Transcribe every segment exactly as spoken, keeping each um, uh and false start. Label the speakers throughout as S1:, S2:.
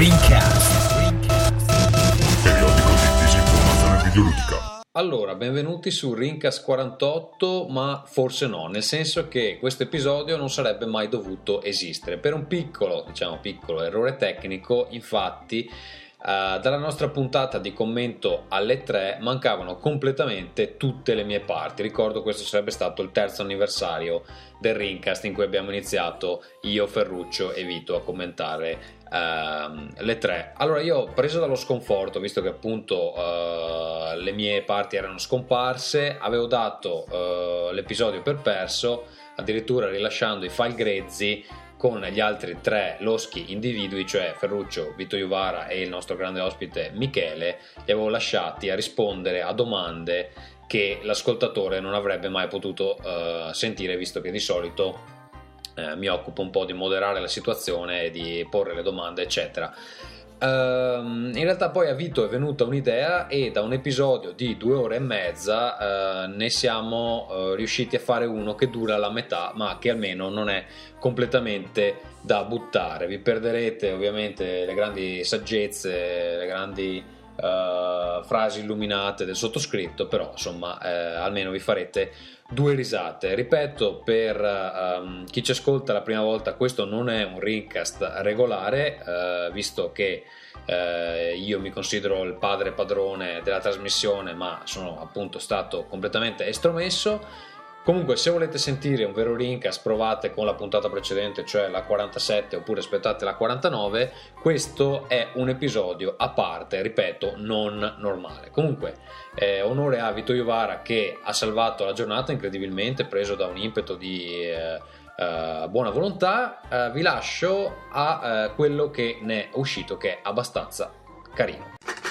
S1: Rincast. Periodico di disinformazione videoludica.
S2: Allora, benvenuti su Rincast quarantotto, ma forse no, nel senso che questo episodio non sarebbe mai dovuto esistere. Per un piccolo, diciamo piccolo errore tecnico, infatti, Uh, dalla nostra puntata di commento alle tre mancavano completamente tutte le mie parti. Ricordo questo sarebbe stato il terzo anniversario del Rincast in cui abbiamo iniziato io, Ferruccio e Vito a commentare uh, le tre. Allora io, preso dallo sconforto, visto che appunto uh, le mie parti erano scomparse, avevo dato uh, l'episodio per perso, addirittura rilasciando i file grezzi con gli altri tre loschi individui, cioè Ferruccio, Vito Juvara e il nostro grande ospite Michele. Li avevo lasciati a rispondere a domande che l'ascoltatore non avrebbe mai potuto uh, sentire, visto che di solito uh, mi occupo un po' di moderare la situazione e di porre le domande, eccetera. Uh, in realtà poi a Vito è venuta un'idea e da un episodio di due ore e mezza uh, ne siamo uh, riusciti a fare uno che dura la metà, ma che almeno non è completamente da buttare. Vi perderete ovviamente le grandi saggezze, le grandi uh, frasi illuminate del sottoscritto, però insomma eh, almeno vi farete due risate. Ripeto, per um, chi ci ascolta la prima volta, questo non è un Rincast regolare, uh, visto che uh, io mi considero il padre padrone della trasmissione, ma sono appunto stato completamente estromesso. Comunque, se volete sentire un vero Rincast, provate con la puntata precedente, cioè la quarantasette, oppure aspettate la quarantanove. Questo è un episodio a parte, ripeto, non normale. Comunque, eh, onore a Vito Juvara che ha salvato la giornata incredibilmente, preso da un impeto di eh, eh, buona volontà. Eh, vi lascio a eh, quello che ne è uscito, che è abbastanza carino.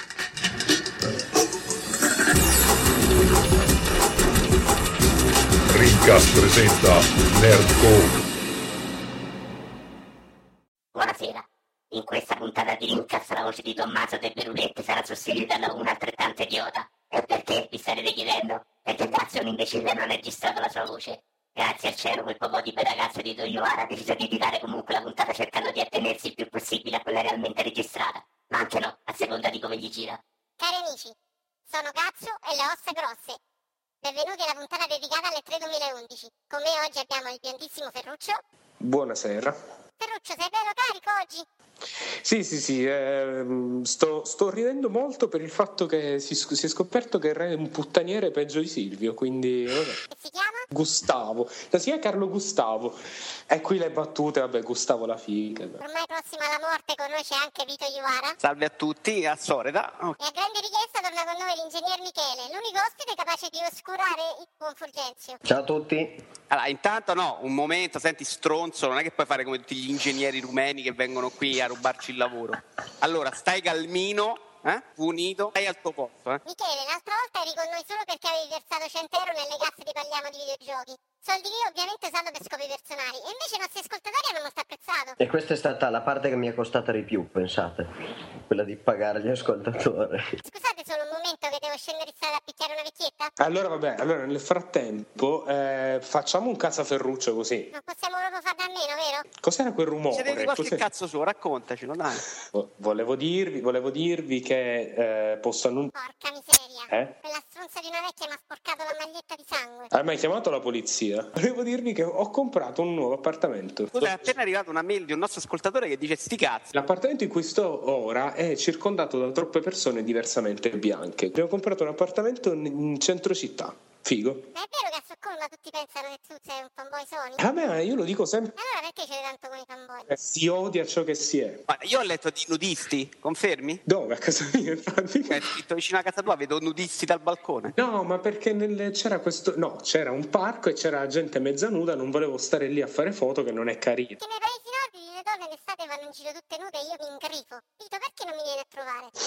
S1: Rincast presenta Nerdcore.
S3: Buonasera. In questa puntata di Rincast la voce di Tommaso De Berulette sarà sostituita da un altrettanto idiota. E perché, vi starete chiedendo? Perché cazzo un imbecille non ha registrato la sua voce? Grazie al cielo quel po' di ragazzo di Toyoara ha deciso di editare comunque la puntata cercando di attenersi il più possibile a quella realmente registrata. Ma anche no, a seconda di come gli gira.
S4: Cari amici, sono Gazzo e le ossa grosse. Benvenuti alla puntata dedicata alle tre duemilaundici. Con me oggi abbiamo il biondissimo Ferruccio.
S5: Buonasera.
S4: Ferruccio, sei bello carico oggi?
S5: Sì, sì, sì, eh, sto, sto ridendo molto per il fatto che si, si è scoperto che è un puttaniere peggio di Silvio, quindi... Vabbè.
S4: Che si chiama?
S5: Gustavo. No, si chiama Carlo Gustavo. E qui le battute, vabbè, Gustavo la figa.
S4: Ormai prossimo alla morte con noi c'è anche Vito Juvara.
S6: Salve a tutti, a Soreda. Oh.
S4: E a grande richiesta torna con noi l'ingegner Michele, l'unico ospite capace di oscurare il buon Fulgenzio.
S7: Ciao a tutti.
S6: Allora, intanto no, un momento, senti stronzo, non è che puoi fare come tutti gli ingegneri rumeni che vengono qui a rubarci il lavoro. Allora, stai calmino, eh? Unito, stai al tuo posto, eh?
S4: Michele, l'altra volta eri con noi solo perché avevi versato cento euro nelle casse di Parliamo di videogiochi. Soldi che io ovviamente usando per scopi personali. E invece i nostri ascoltatori hanno molto apprezzato.
S7: E questa è stata la parte che mi è costata di più, pensate. Quella di pagare gli ascoltatori.
S4: Scusate solo un momento che devo scendere in strada a picchiare una vecchietta.
S5: Allora, vabbè, allora nel frattempo eh, facciamo un cazzo a Ferruccio così.
S4: Non possiamo proprio farne a meno, vero?
S5: Cos'era quel rumore?
S6: Siete di qualche
S5: Cos'è?
S6: cazzo suo, raccontacelo, dai.
S5: Volevo dirvi, volevo dirvi che eh, posso annunciare...
S4: Porca miseria.
S5: Eh?
S4: Quella stronza di una vecchia mi ha sporcato la maglietta di sangue.
S5: Hai mai chiamato la polizia? Volevo dirvi che ho comprato un nuovo appartamento.
S6: Scusa, è appena arrivata una mail di un nostro ascoltatore che dice sti cazzi.
S5: L'appartamento in cui sto ora è circondato da troppe persone diversamente bianche. Abbiamo comprato un appartamento in centro città. Figo.
S4: Ma è vero che a Stoccolma tutti pensano che tu sei un fanboy Sony?
S5: Ah beh, io lo dico sempre.
S4: E allora perché c'è tanto con i fanboy?
S5: Eh, si odia ciò che si è.
S6: Ma io ho letto di nudisti, confermi?
S5: Dove? A casa mia, infatti.
S6: È scritto vicino a casa tua, vedo nudisti dal balcone.
S5: No, ma perché nel, c'era questo... No, c'era un parco e c'era gente mezza nuda, non volevo stare lì a fare foto che non è carino.
S4: Che nei paesi nordici le donne d'estate vanno in giro tutte nude e io mi ingrifo. Vito, perché non mi vieni a trovare?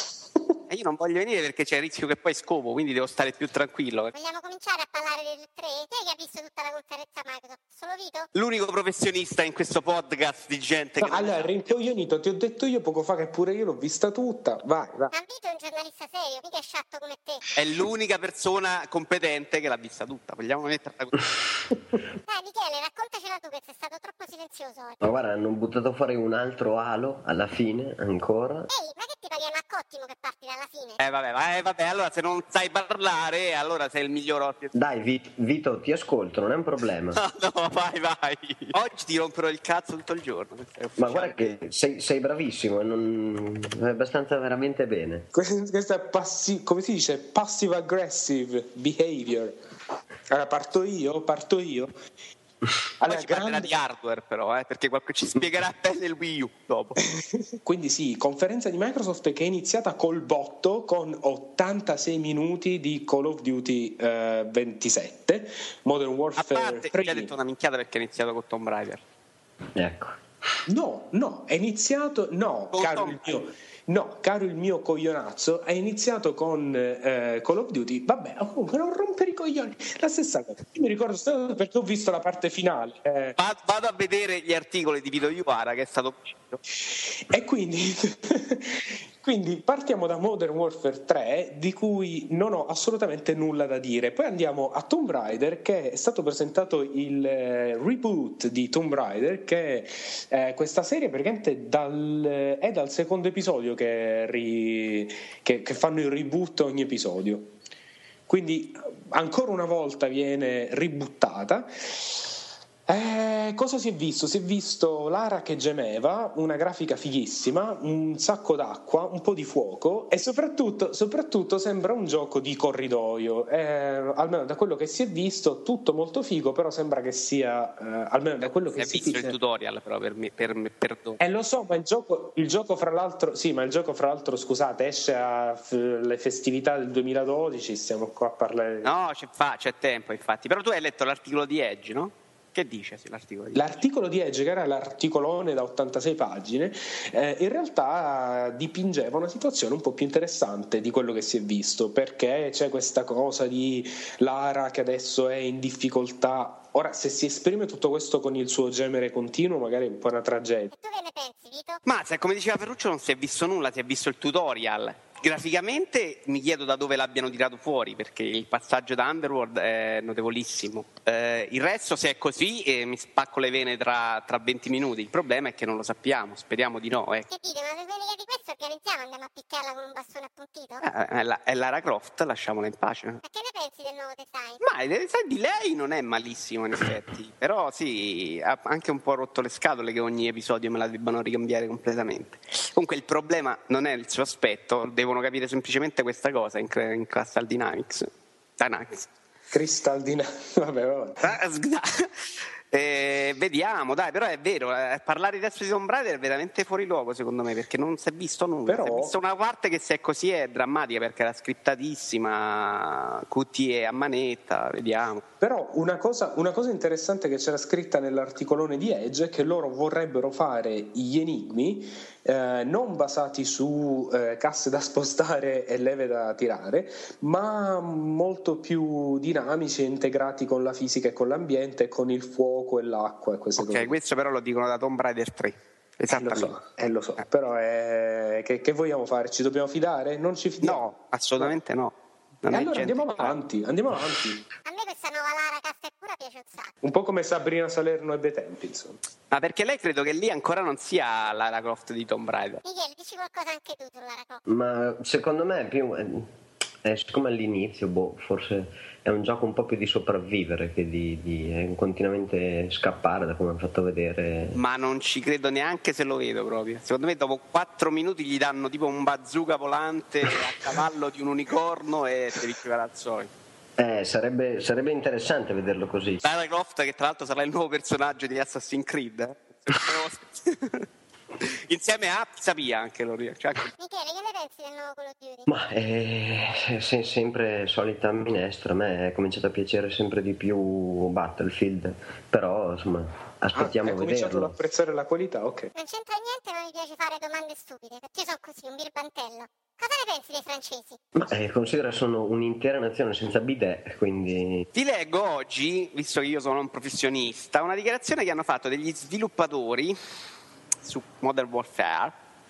S6: E io non voglio venire perché c'è il rischio che poi scopo, quindi devo stare più tranquillo.
S4: Vogliamo cominciare a parlare del tre? Te che hai visto tutta la conferenza Microsoft? Solo Vito?
S6: L'unico professionista in questo podcast di gente
S5: No,
S6: che...
S5: allora, rincoglionito, ti ho detto io poco fa che pure io l'ho vista tutta. Vai, vai.
S4: Ma Vito è un giornalista serio, mica è sciatto come te.
S6: È l'unica persona competente che l'ha vista tutta. Vogliamo metterla così?
S4: Dai Michele, raccontacela tu che sei stato troppo silenzioso oggi.
S7: Ma guarda, hanno buttato fuori un altro Halo alla fine, ancora.
S4: Ehi, ma che ti pare una cottimo che parti dalla fine?
S6: Eh vabbè, va- eh, vabbè, allora se non sai parlare, allora sei il miglior ospite.
S7: Dai, Vi- Vito, ti ascolto, non è un problema.
S6: No, no, vai, vai. Oggi ti romperò il cazzo tutto il giorno. questo è
S7: Ma
S6: ufficiale.
S7: guarda che sei, sei bravissimo e non... è abbastanza veramente bene.
S5: Questo è passi- come si dice? Passive aggressive behavior. Allora parto io, parto io.
S6: Poi ci parlerà di hardware però, eh, perché qualcuno ci spiegherà bene il Wii U dopo.
S5: Quindi sì, conferenza di Microsoft che è iniziata col botto con ottantasei minuti di Call of Duty eh, ventisette, Modern
S6: A
S5: Warfare
S6: parte,
S5: tre.
S6: ti ha detto una minchiata perché ha iniziato con Tomb Raider.
S7: Ecco.
S5: No, no, è iniziato, no,
S6: Con
S5: caro
S6: Tom
S5: il mio, no, caro il mio coglionazzo, è iniziato con eh, Call of Duty, vabbè, comunque non rompere i coglioni, la stessa cosa, io mi ricordo solo perché ho visto la parte finale, eh,
S6: Va- Vado a vedere gli articoli di Vito Iuara che è stato uscito.
S5: e quindi, quindi partiamo da Modern Warfare tre, di cui non ho assolutamente nulla da dire, poi andiamo a Tomb Raider, che è stato presentato il eh, reboot di Tomb Raider, che eh, questa serie praticamente dal, è dal secondo episodio che, ri- che, che fanno il reboot ogni episodio, quindi ancora una volta viene ributtata. Eh, cosa si è visto? Si è visto Lara che gemeva, una grafica fighissima, un sacco d'acqua, un po' di fuoco e soprattutto, soprattutto sembra un gioco di corridoio. Eh, almeno da quello che si è visto, tutto molto figo, però sembra che sia, eh, almeno da quello
S6: Si
S5: che
S6: è
S5: si
S6: visto
S5: dice.
S6: il tutorial però per me, per me perdono.
S5: Eh lo so, ma il gioco, il gioco fra l'altro, sì, ma il gioco fra l'altro, scusate, esce alle festività del duemiladodici, stiamo qua a parlare.
S6: No, c'è, fa- c'è tempo infatti. Però tu hai letto l'articolo di Edge, no? Che dice sì, l'articolo di
S5: L'articolo di Edge, che era l'articolone da ottantasei pagine, eh, in realtà dipingeva una situazione un po' più interessante di quello che si è visto, perché c'è questa cosa di Lara che adesso è in difficoltà. Ora, se si esprime tutto questo con il suo gemere continuo, magari è un po' una tragedia.
S4: E tu che ne pensi, Vito?
S6: Ma se come diceva Ferruccio non si è visto nulla, si è visto il tutorial. Graficamente mi chiedo da dove l'abbiano tirato fuori, perché il passaggio da Underworld è notevolissimo. Eh, il resto, se è così, eh, mi spacco le vene tra, tra venti minuti. Il problema è che non lo sappiamo, speriamo di no. Eh.
S4: Che dite, ma se svegliate di questo organizziamo, andiamo a picchiarla con un bastone appuntito?
S6: Eh, È, la- è Lara Croft, lasciamola in pace.
S4: Ma che ne pensi del nuovo design?
S6: Ma il design di lei non è malissimo in effetti, però sì, ha anche un po' rotto le scatole che ogni episodio me la debbano ricambiare completamente. Comunque il problema non è il suo aspetto, devono capire semplicemente questa cosa in, in Crystal Dynamics. Dynamics.
S5: Crystal Dynamics, vabbè, vabbè.
S6: Eh, vediamo, dai, però è vero, eh, parlare adesso di Tomb Raider è veramente fuori luogo secondo me, perché non si è visto nulla.
S5: Però-
S6: Si è visto una parte che se è così è drammatica perché era scriptatissima, Q T E a manetta, vediamo.
S5: Però una cosa, una cosa interessante che c'era scritta nell'articolone di Edge è che loro vorrebbero fare gli enigmi eh, non basati su eh, casse da spostare e leve da tirare, ma molto più dinamici e integrati con la fisica e con l'ambiente e con il fuoco e l'acqua e queste
S6: Ok,
S5: cose.
S6: questo però lo dicono da Tomb Raider tre.
S5: Eh, lo
S6: Esattamente.
S5: so, eh, lo so, però eh, che, che vogliamo fare? Ci dobbiamo fidare? Non ci fidiamo?
S6: No, assolutamente no. Non
S5: E
S6: è
S5: allora
S6: gente
S5: andiamo
S6: che fa.
S5: avanti, andiamo avanti.
S4: A me questa nuova Lara cassa e pura piace un sacco.
S5: Un po' come Sabrina Salerno e dei tempi, insomma.
S6: Ma perché lei credo che lì ancora non sia Lara Croft di Tomb Raider.
S4: Michele, dici qualcosa anche tu su Lara Croft?
S7: Ma secondo me è più... Eh, siccome all'inizio, boh, forse è un gioco un po' più di sopravvivere che di, di eh, continuamente scappare, da come hanno fatto vedere.
S6: Ma non ci credo neanche se lo vedo proprio. Secondo me dopo quattro minuti gli danno tipo un bazooka volante a cavallo di un unicorno e devi giocare al solito.
S7: Eh, sarebbe, sarebbe interessante vederlo così.
S6: Lara Croft che tra l'altro sarà il nuovo personaggio di Assassin's Creed. Eh? Insieme a Pizapia anche lo cioè...
S4: Michele, che ne pensi del nuovo Call of Duty?
S7: Ma è se- sempre solita minestra, a me è cominciato a piacere sempre di più Battlefield, però insomma aspettiamo
S5: ah,
S7: a
S5: hai cominciato ad
S7: vederlo.
S5: apprezzare la qualità, ok.
S4: Non c'entra niente, ma mi piace fare domande stupide, perché io sono così, un birbantello. Cosa ne pensi dei francesi?
S7: Ma eh, considera sono un'intera nazione senza bidet, quindi...
S6: Ti leggo oggi, visto che io sono un professionista, una dichiarazione che hanno fatto degli sviluppatori su Modern Warfare.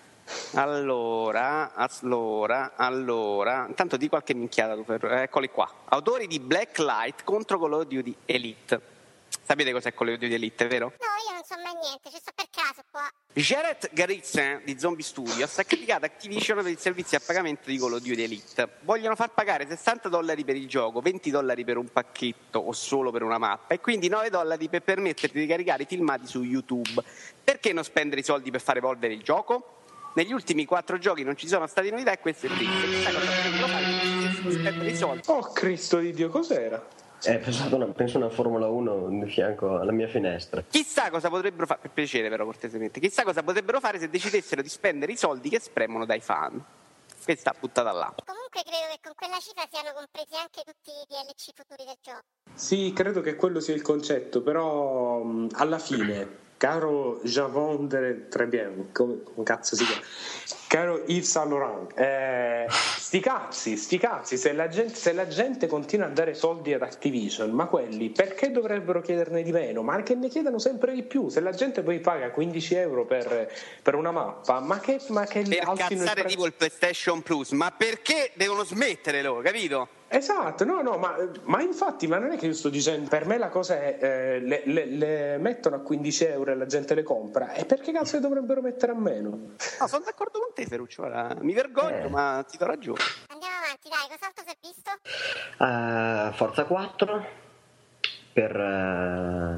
S6: Allora, allora, allora, intanto di qualche minchiata, eccoli qua. Autori di Blacklight contro Call of Duty Elite. Sapete cos'è Call of Duty Elite, vero?
S4: No, io non so mai niente, ci sto per caso qua.
S6: Jared Garrison di Zombie Studios ha criticato Activision per il servizio a pagamento di Call of Duty Elite. Vogliono far pagare sessanta dollari per il gioco, venti dollari per un pacchetto o solo per una mappa e quindi nove dollari per permetterti di caricare i filmati su YouTube. Perché non spendere i soldi per far evolvere il gioco? Negli ultimi quattro giochi non ci sono state novità e questo è triste. Chissà cosa potrebbero fare per spendere i soldi.
S5: Oh Cristo di Dio, cos'era?
S7: Eh, penso una, penso una Formula uno di fianco alla mia finestra.
S6: Chissà cosa potrebbero fare, per piacere però cortesemente, chissà cosa potrebbero fare se decidessero di spendere i soldi che spremono dai fan. Questa buttata là.
S4: Comunque credo che con quella cifra siano compresi anche tutti i D L C futuri del gioco.
S5: Sì, credo che quello sia il concetto, però mh, alla fine, caro Javon de Très bien, come, come cazzo si chiama? Caro Yves Saint Laurent, eh, sti cazzi, sti cazzi, se la, gente, se la gente continua a dare soldi ad Activision, ma quelli perché dovrebbero chiederne di meno? Ma che ne chiedano sempre di più, se la gente poi paga quindici euro per, per una mappa, ma che, ma che
S6: per cazzare
S5: pre-
S6: tipo il PlayStation Plus, ma perché devono smettere loro, capito?
S5: Esatto, no, no, ma, ma infatti, ma non è che io sto dicendo, per me la cosa è, eh, le, le, le mettono a quindici euro e la gente le compra, e perché cazzo le dovrebbero mettere a meno?
S6: No, sono d'accordo con te Ferruccio, ora mi vergogno,
S7: Eh.
S6: ma ti do ragione.
S4: Andiamo avanti, dai, cos'altro si è visto?
S7: Uh, Forza quattro per, uh,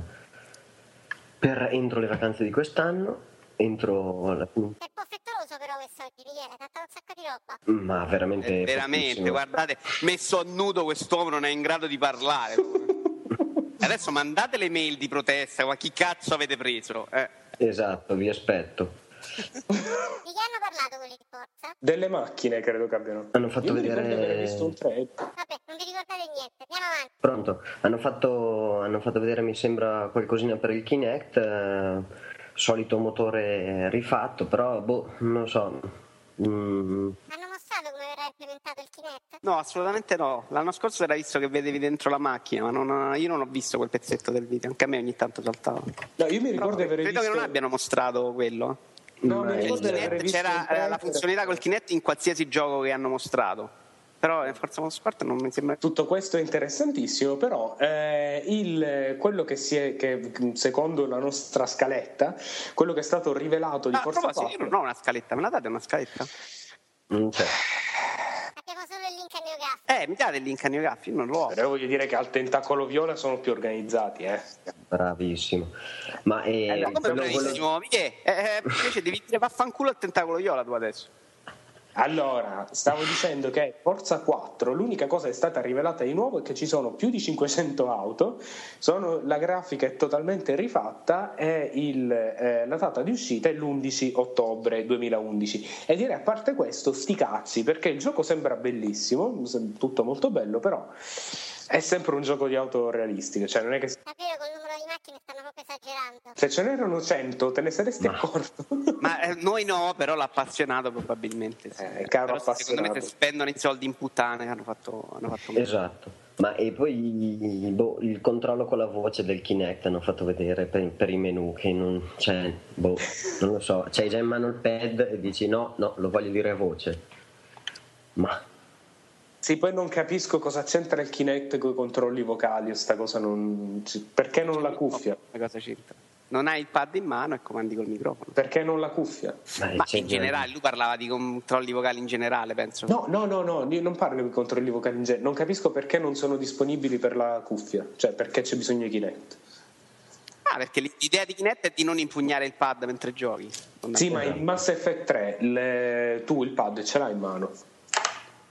S7: per entro le vacanze di quest'anno, entro la...
S4: È un po' frettoloso però questo oggi, Michele, ha dato un sacco di roba.
S7: ma veramente
S6: Eh, veramente,
S7: pochissimo.
S6: guardate, messo a nudo quest'uomo non è in grado di parlare. Adesso mandate le mail di protesta, ma chi cazzo avete preso? Eh.
S7: Esatto, vi aspetto.
S4: Di che hanno parlato quelli di Forza?
S5: Delle macchine credo che abbiano.
S7: Hanno fatto
S5: Io mi ricordo di aver
S7: vedere
S5: visto un trailer.
S4: Vabbè, non vi ricordate niente, andiamo avanti.
S7: Pronto, hanno fatto, hanno fatto vedere mi sembra qualcosina per il Kinect, eh, solito motore rifatto, però boh, non lo so. Mm,
S4: Hanno mostrato come verrà implementato il Kinect?
S6: No, assolutamente no. L'anno scorso era visto che vedevi dentro la macchina, ma non, io non ho visto quel pezzetto del video, anche a me ogni tanto saltava.
S5: No, io mi ricordo di aver
S6: Credo
S5: visto.
S6: che non abbiano mostrato quello.
S5: No,
S7: ma
S5: mi
S6: Il
S5: ricordo di aver
S6: Kinect,
S5: visto
S6: c'era
S5: un
S6: eh,
S5: trailer.
S6: la funzionalità col Kinect in qualsiasi gioco che hanno mostrato. Però in Forza Motorsport non mi sembra.
S5: Tutto questo è interessantissimo, però eh, il, quello che, si è, che secondo la nostra scaletta, quello che è stato rivelato di
S6: Ah, a
S5: Forza
S6: proposito, io
S5: quattro.
S6: non ho una scaletta, me la date una scaletta?
S7: non c'è.
S4: Abbiamo solo il link a NeoGAF.
S6: Eh, mi date il link a NeoGAF, io non lo ho.
S5: Però voglio dire che al tentacolo viola sono più organizzati, eh.
S7: Bravissimo. Ma eh,
S6: Eh, come
S7: quello- quello-
S6: bravissimo, Michele, eh, invece devi dire vaffanculo al tentacolo viola tu adesso.
S5: Allora, stavo dicendo che Forza quattro, l'unica cosa che è stata rivelata di nuovo è che ci sono più di cinquecento auto, sono, la grafica è totalmente rifatta e il, eh, la data di uscita è l'undici ottobre duemilaundici. E direi, a parte questo, sti cazzi, perché il gioco sembra bellissimo, tutto molto bello, però è sempre un gioco di auto realistiche, cioè non è che
S4: Davvero col numero di macchine stanno proprio esagerando.
S5: se ce n'erano cento te ne saresti
S7: Ma-
S5: accorto.
S6: Ma eh, noi no, però l'appassionato probabilmente sì.
S5: Eh, caro
S6: Però secondo me
S5: appassionato.
S6: se spendono i soldi in puttane hanno fatto, hanno fatto meglio.
S7: Esatto. Ma e poi boh, il controllo con la voce del Kinect hanno fatto vedere per, per i menu che non, cioè, boh, non lo so, c'hai già in mano il pad e dici no, no, lo voglio dire a voce. Ma
S5: Sì, poi non capisco cosa c'entra il Kinect con i controlli vocali, sta cosa non... perché non la cuffia?
S6: Ma cosa c'entra? Non hai il pad in mano e comandi col microfono.
S5: Perché non la cuffia?
S7: ma
S6: Ma
S7: c'è
S6: in
S7: già-
S6: generale, lui parlava di controlli vocali in generale, penso.
S5: No, no, no, no, io non parlo di controlli vocali in genere, non capisco perché non sono disponibili per la cuffia, cioè perché c'è bisogno di Kinect.
S6: Ah, perché l'idea di Kinect è di non impugnare il pad mentre giochi.
S5: Sì, ma in Mass Effect tre le- tu il pad ce l'hai in mano.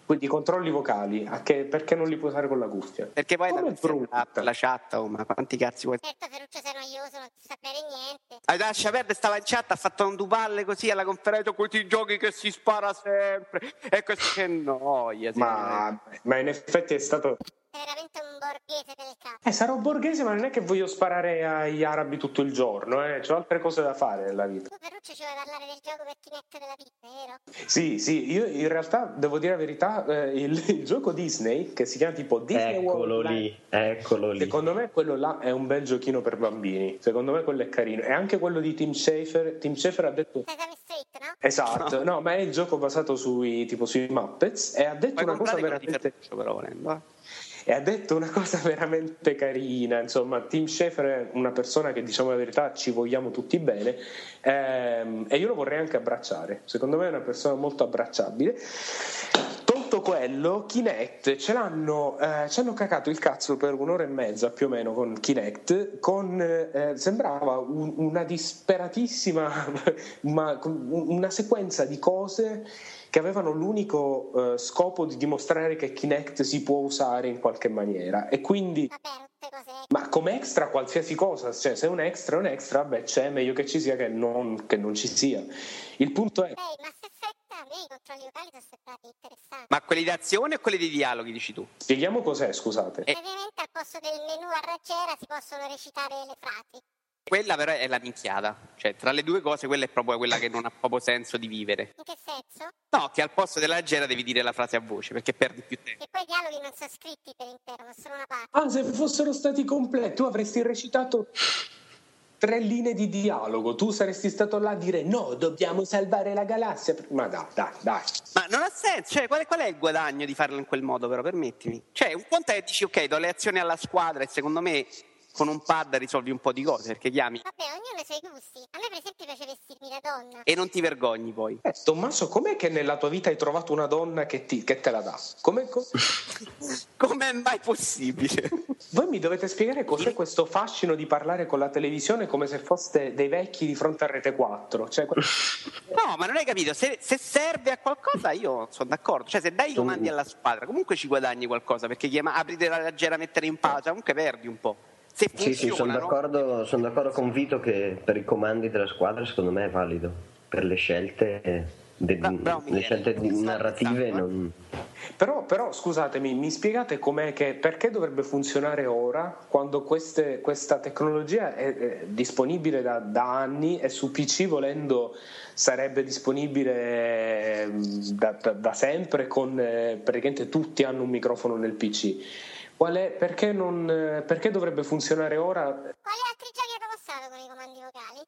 S5: Quindi i controlli vocali, a che, perché non li puoi usare con la cuffia?
S6: Perché poi
S5: Come
S6: la,
S5: brutta.
S6: la, la chat, oh, ma quanti cazzi vuoi?
S4: Certo, Ferruccio sei noioso, non ti sapere niente.
S6: Ah, lascia perdere, stava in chat, ha fatto un dupalle così alla conferenza, questi giochi che si spara sempre, e questo che noia.
S5: Ma, ma in effetti è stato...
S4: Sei veramente un borghese del cazzo.
S5: Eh, sarò borghese, ma non è che voglio sparare agli arabi tutto il giorno, eh. C'ho altre cose da fare nella vita.
S4: Tu Ferruccio ci vuoi parlare del gioco per Kinect della pizza, vero?
S5: Sì, sì, io in realtà devo dire la verità, eh, il, il gioco Disney, che si chiama tipo Disney
S7: Eccolo
S5: World,
S7: lì, eccolo lì.
S5: secondo me quello là è un bel giochino per bambini, secondo me quello è carino. E anche quello di Tim Schafer, Tim Schafer ha detto...
S4: Sesame Street, no?
S5: Esatto, no, ma è il gioco basato sui, tipo sui Muppets, e ha detto
S6: Puoi
S5: una cosa
S6: comprare quello di
S5: veramente...
S6: Ferruccio, però, volendo, eh.
S5: E ha detto una cosa veramente carina, insomma, Tim Schafer è una persona che, diciamo la verità, ci vogliamo tutti bene, ehm, e io lo vorrei anche abbracciare, secondo me è una persona molto abbracciabile. Tolto quello, Kinect ce l'hanno, eh, ci hanno cacato il cazzo per un'ora e mezza più o meno con Kinect, con eh, sembrava un, una disperatissima ma, una sequenza di cose che avevano l'unico eh, scopo di dimostrare che Kinect si può usare in qualche maniera, e quindi
S4: Vabbè, tutte cose...
S5: ma come extra qualsiasi cosa, cioè se è un extra è un extra, beh, c'è, meglio che ci sia che non, che non ci sia. Il punto è...
S4: Ehi, Mass Effect, a me i controlli vocali sono sembrati interessanti.
S6: Ma quelli di azione o quelli di dialoghi, dici tu?
S5: Spieghiamo cos'è, scusate.
S6: Eh.
S4: Ovviamente al posto del menu a raggiera si possono recitare le frasi.
S6: Quella però è la minchiata, cioè tra le due cose quella è proprio quella che non ha proprio senso di vivere.
S4: In che senso?
S6: No, che al posto della leggera devi dire la frase a voce perché perdi più tempo.
S4: Che poi i dialoghi non sono scritti per intero, ma solo una parte.
S5: Ah, se fossero stati completi, tu avresti recitato tre linee di dialogo, tu saresti stato là a dire no, dobbiamo salvare la galassia. Ma dai, dai, dai.
S6: Ma non ha senso, cioè qual è, qual è il guadagno di farlo in quel modo, però, permettimi? Cioè, un conto è che dici ok, do le azioni alla squadra e secondo me con un pad risolvi un po' di cose, perché chiami
S4: Vabbè, ognuno ha i suoi gusti. A me per esempio piace vestirmi da donna.
S6: e non ti vergogni poi.
S5: Eh, Tommaso, com'è che nella tua vita hai trovato una donna che, ti, che te la dà? Come, co-
S6: Com'è mai possibile?
S5: Voi mi dovete spiegare cos'è questo fascino di parlare con la televisione come se foste dei vecchi di fronte a Rete quattro. Cioè, que-
S6: No, ma non hai capito, se, se serve a qualcosa io sono d'accordo, cioè se dai i comandi alla squadra comunque ci guadagni qualcosa, perché chiama, aprite la leggera, mettere in pausa, comunque perdi un po'. Se
S7: Sì, sì, sono
S6: funziona, no?
S7: d'accordo, sono d'accordo con Vito che per i comandi della squadra secondo me è valido, per le scelte, de-
S6: Bra- bravo,
S7: le
S6: Michele.
S7: scelte di-
S6: Sto
S7: narrative
S6: pensando,
S7: non...
S5: Però, però scusatemi, mi spiegate com'è che, perché dovrebbe funzionare ora quando queste, questa tecnologia è, è disponibile da, da anni e su P C volendo sarebbe disponibile eh, da, da, da sempre, con eh, praticamente tutti hanno un microfono nel P C. Qual è, perché, non, eh, perché dovrebbe funzionare ora?
S4: Quali altri giochi hanno mostrato con i comandi vocali?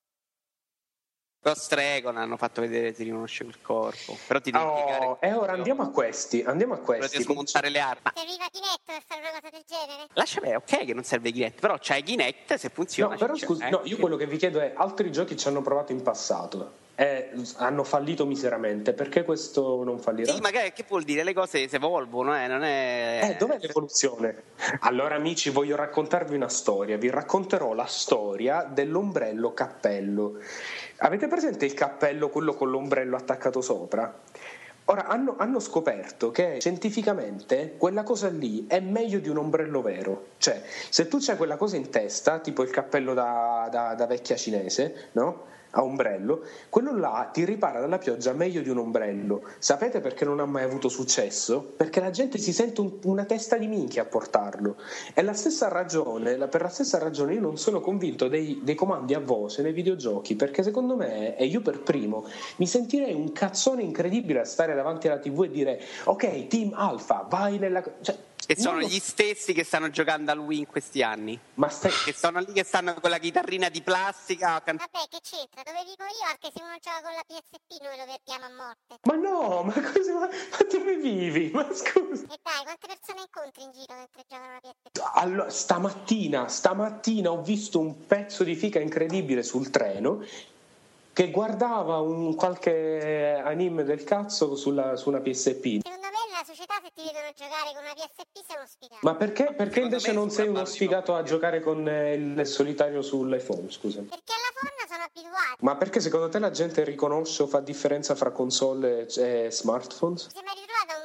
S6: Ghost Recon hanno fatto vedere ti riconosce il corpo, però ti devi spiegare.
S5: Oh, e ora andiamo a questi, andiamo a
S6: Volete
S5: questi.
S6: smontare le armi.
S4: Serviva Kinect per fare una cosa del genere?
S6: Lascia bene, ok che non serve Kinect, però c'hai Kinect, se funziona.
S5: No, però
S6: c'è,
S5: scusa,
S6: eh.
S5: no, io quello che vi chiedo è, altri giochi ci hanno provato in passato e hanno fallito miseramente, perché questo non fallirà?
S6: Sì, magari che vuol dire? Le cose si evolvono, eh, non è...
S5: Eh, dov'è l'evoluzione? Allora amici, voglio raccontarvi una storia, vi racconterò la storia dell'ombrello cappello. Avete presente il cappello, quello con l'ombrello attaccato sopra? Ora, hanno, hanno scoperto che scientificamente quella cosa lì è meglio di un ombrello vero. Cioè, se tu c'hai quella cosa in testa, tipo il cappello da, da, da vecchia cinese, no? A ombrello, quello là ti ripara dalla pioggia meglio di un ombrello. Sapete perché non ha mai avuto successo? Perché la gente si sente un, una testa di minchia a portarlo. È la stessa ragione, la, per la stessa ragione io non sono convinto dei, dei comandi a voce nei videogiochi, perché secondo me, e io per primo, mi sentirei un cazzone incredibile a stare davanti alla tivù e dire ok, Team Alpha, vai nella... Cioè,
S6: Che sono
S5: no,
S6: gli stessi che stanno giocando al Wii in questi anni.
S5: ma stai...
S6: Che sono lì che stanno con la chitarrina di plastica a cantare.
S4: Vabbè, che c'entra? Dove vivo io, anche se uno gioca con la P S P, noi lo perdiamo a morte.
S5: Ma no, ma cosa, ma, ma dove vivi? Ma scusa.
S4: E dai, quante persone incontri in giro mentre giocano alla P S P?
S5: Allora, stamattina, stamattina ho visto un pezzo di fica incredibile sul treno che guardava un qualche anime del cazzo sulla, su una P S P.
S4: Secondo me nella società se ti vedono giocare con una P S P sei uno sfigato.
S5: Ma perché, perché
S6: Secondo
S5: invece
S6: me
S5: non sei uno
S6: sulla
S5: sfigato a
S6: Mario.
S5: giocare con eh, il solitario sull'iPhone, scusa?
S4: Perché alla forna sono abituati.
S5: Ma perché secondo te la gente riconosce o fa differenza fra console e smartphones?
S4: Si è mai ritrovato un tavolo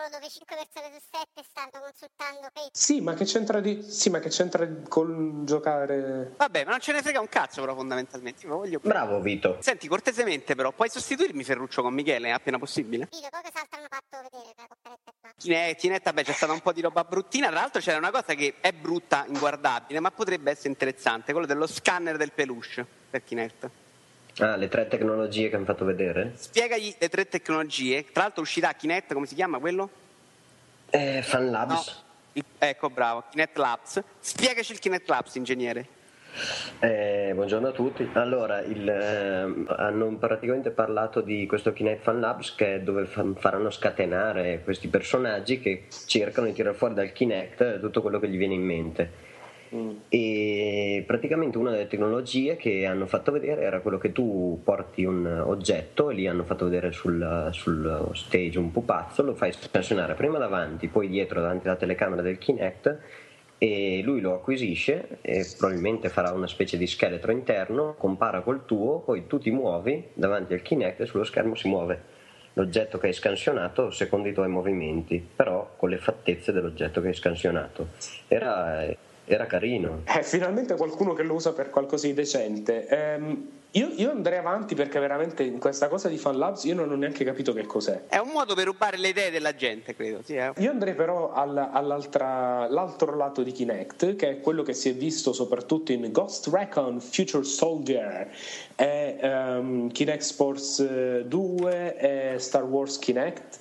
S4: tavolo dove cinque persone su sette stanno consultando Facebook.
S5: Sì, ma che c'entra di sì, ma che c'entra col giocare?
S6: Vabbè, ma non ce ne frega un cazzo però fondamentalmente. Io voglio...
S7: Bravo Vito.
S6: Senti, cortesemente però, puoi sostituirmi Ferruccio con Michele appena possibile?
S4: Vito, poi cosa altro hanno fatto vedere la conferenza stampa?
S6: Kinect, Kinect, vabbè, c'è stata un po' di roba bruttina. Tra l'altro c'era una cosa che è brutta, inguardabile, ma potrebbe essere interessante, quello dello scanner del peluche per Kinect.
S7: Ah, le tre tecnologie che hanno fatto vedere?
S6: Spiegagli le tre tecnologie. Tra l'altro uscirà Kinect, come si chiama quello?
S7: Eh, Fan Labs.
S6: No. Il, ecco, bravo, Kinect Labs. Spiegaci il Kinect Labs, ingegnere.
S7: Eh, buongiorno a tutti. Allora, il, eh, hanno praticamente parlato di questo Kinect Fan Labs, che è dove fa, faranno scatenare questi personaggi che cercano di tirare fuori dal Kinect tutto quello che gli viene in mente. Mm. E praticamente una delle tecnologie che hanno fatto vedere era quello che tu porti un oggetto e lì hanno fatto vedere sul, sul stage un pupazzo, lo fai scansionare prima davanti, poi dietro davanti alla telecamera del Kinect, e lui lo acquisisce e probabilmente farà una specie di scheletro interno, compara col tuo, poi tu ti muovi davanti al Kinect e sullo schermo si muove l'oggetto che hai scansionato secondo i tuoi movimenti, però con le fattezze dell'oggetto che hai scansionato. Era, era carino.
S5: Eh, finalmente qualcuno che lo usa per qualcosa di decente. Ehm, io, io andrei avanti perché veramente in questa cosa di Fan Labs io non ho neanche capito che cos'è.
S6: È un modo per rubare le idee della gente, credo. Sì, eh.
S5: Io andrei però al, all'altra, l'altro lato di Kinect, che è quello che si è visto soprattutto in Ghost Recon Future Soldier, e um, Kinect Sports due e Star Wars Kinect,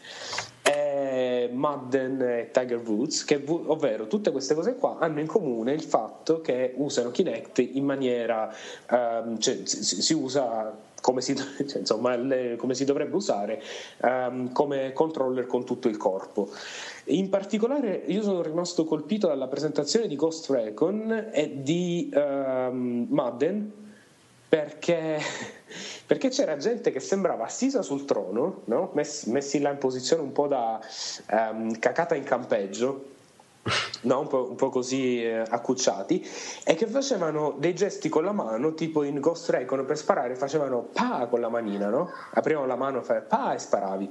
S5: e Madden e Tiger Woods, che, ovvero tutte queste cose qua hanno in comune il fatto che usano Kinect in maniera um, cioè, si, si usa come si, cioè, insomma, le, come si dovrebbe usare um, come controller con tutto il corpo. In particolare io sono rimasto colpito dalla presentazione di Ghost Recon e di um, Madden, perché, perché c'era gente che sembrava assisa sul trono, no? messi, messi là in posizione un po' da um, cacata in campeggio, no? un, po', un po' così eh, accucciati, e che facevano dei gesti con la mano, tipo in Ghost Recon per sparare facevano pa con la manina, no? Aprivano la mano, fai pa e sparavi.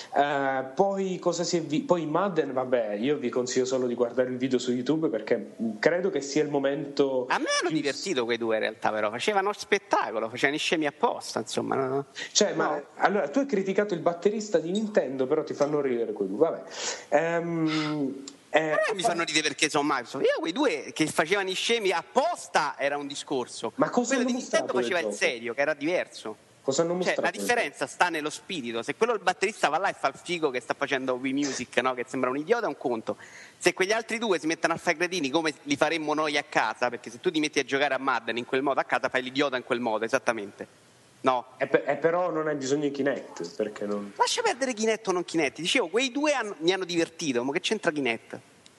S5: Uh, poi cosa si è vi- poi Madden, vabbè, io vi consiglio solo di guardare il video su YouTube perché credo che sia il momento.
S6: A me hanno più... divertito quei due in realtà, però facevano spettacolo, facevano i scemi apposta, insomma. No?
S5: Cioè,
S6: no.
S5: ma allora tu hai criticato il batterista di Nintendo, però ti fanno ridere quei due, vabbè. Um,
S6: Eh, eh, mi fanno ridere perché sono Microsoft. Io quei due che facevano i scemi apposta era un discorso.
S5: Ma cosa
S6: quello
S5: hanno
S6: di Nintendo faceva il
S5: gioco?
S6: serio, che era diverso.
S5: Cosa hanno
S6: Cioè,
S5: mostrato?
S6: la differenza sta nello spirito. Se quello il batterista va là e fa il figo che sta facendo Wii Music, no? Che sembra un idiota, è un conto. Se quegli altri due si mettono a fare cretini come li faremmo noi a casa, perché se tu ti metti a giocare a Madden in quel modo a casa fai l'idiota in quel modo, esattamente. No.
S5: E, per, e però non hai bisogno di Kinect, perché non...
S6: Lascia perdere Kinect o non Kinect. Dicevo, quei due hanno, mi hanno divertito, ma che c'entra Kinect?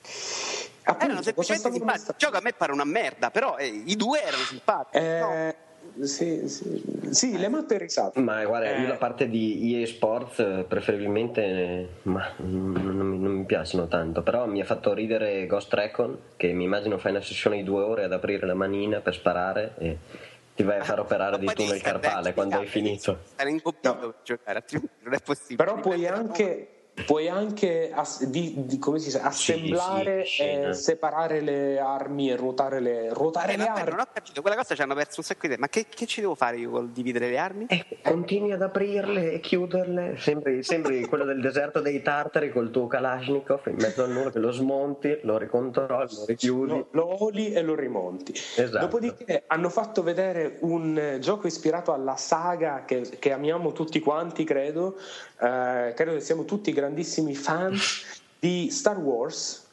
S5: Appunto,
S6: erano semplicemente simpatici. Il gioco a me pare una merda, però eh, i due erano simpatici.
S5: Eh,
S6: no?
S5: sì, sì, sì, le matte risate.
S7: Ma guarda,
S5: eh.
S7: io la parte di E A Sports preferibilmente ma, non, non, mi, non mi piacciono tanto, però mi ha fatto ridere Ghost Recon, che mi immagino fai una sessione di due ore ad aprire la manina per sparare e ti vai a far operare di tunnel carpale quando hai finito.
S6: Stare ingobbito
S5: no.
S6: per giocare, altrimenti non è possibile.
S5: Però puoi anche... Puoi anche ass- di, di, come si dice, assemblare
S7: sì, sì,
S5: e separare le armi e ruotare le, ruotare
S6: eh,
S5: le
S6: vabbè,
S5: armi.
S6: Non ho capito, quella cosa ci hanno perso un sacco di tempo. Ma che, che ci devo fare io col dividere le armi?
S7: Eh, continui ad aprirle e chiuderle. Sembri, sembri quello del deserto dei tartari col tuo Kalashnikov in mezzo al muro che lo smonti, lo ricontrolli, lo richiudi.
S5: Lo, lo oli e lo rimonti.
S7: Esatto.
S5: Dopodiché hanno fatto vedere un eh, gioco ispirato alla saga che, che amiamo tutti quanti, credo. Eh, credo che siamo tutti grandissimi fan di Star Wars,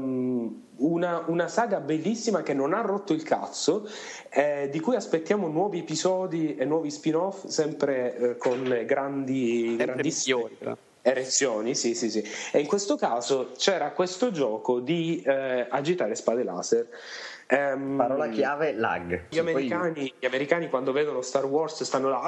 S5: um, una, una saga bellissima che non ha rotto il cazzo, eh, di cui aspettiamo nuovi episodi e nuovi spin-off sempre eh, con grandi grandissime erezioni, sì, sì, sì. E in questo caso c'era questo gioco di eh, agitare spade laser. Um,
S7: Parola chiave lag.
S5: Gli americani,
S7: Poi...
S5: gli americani quando vedono Star Wars stanno là.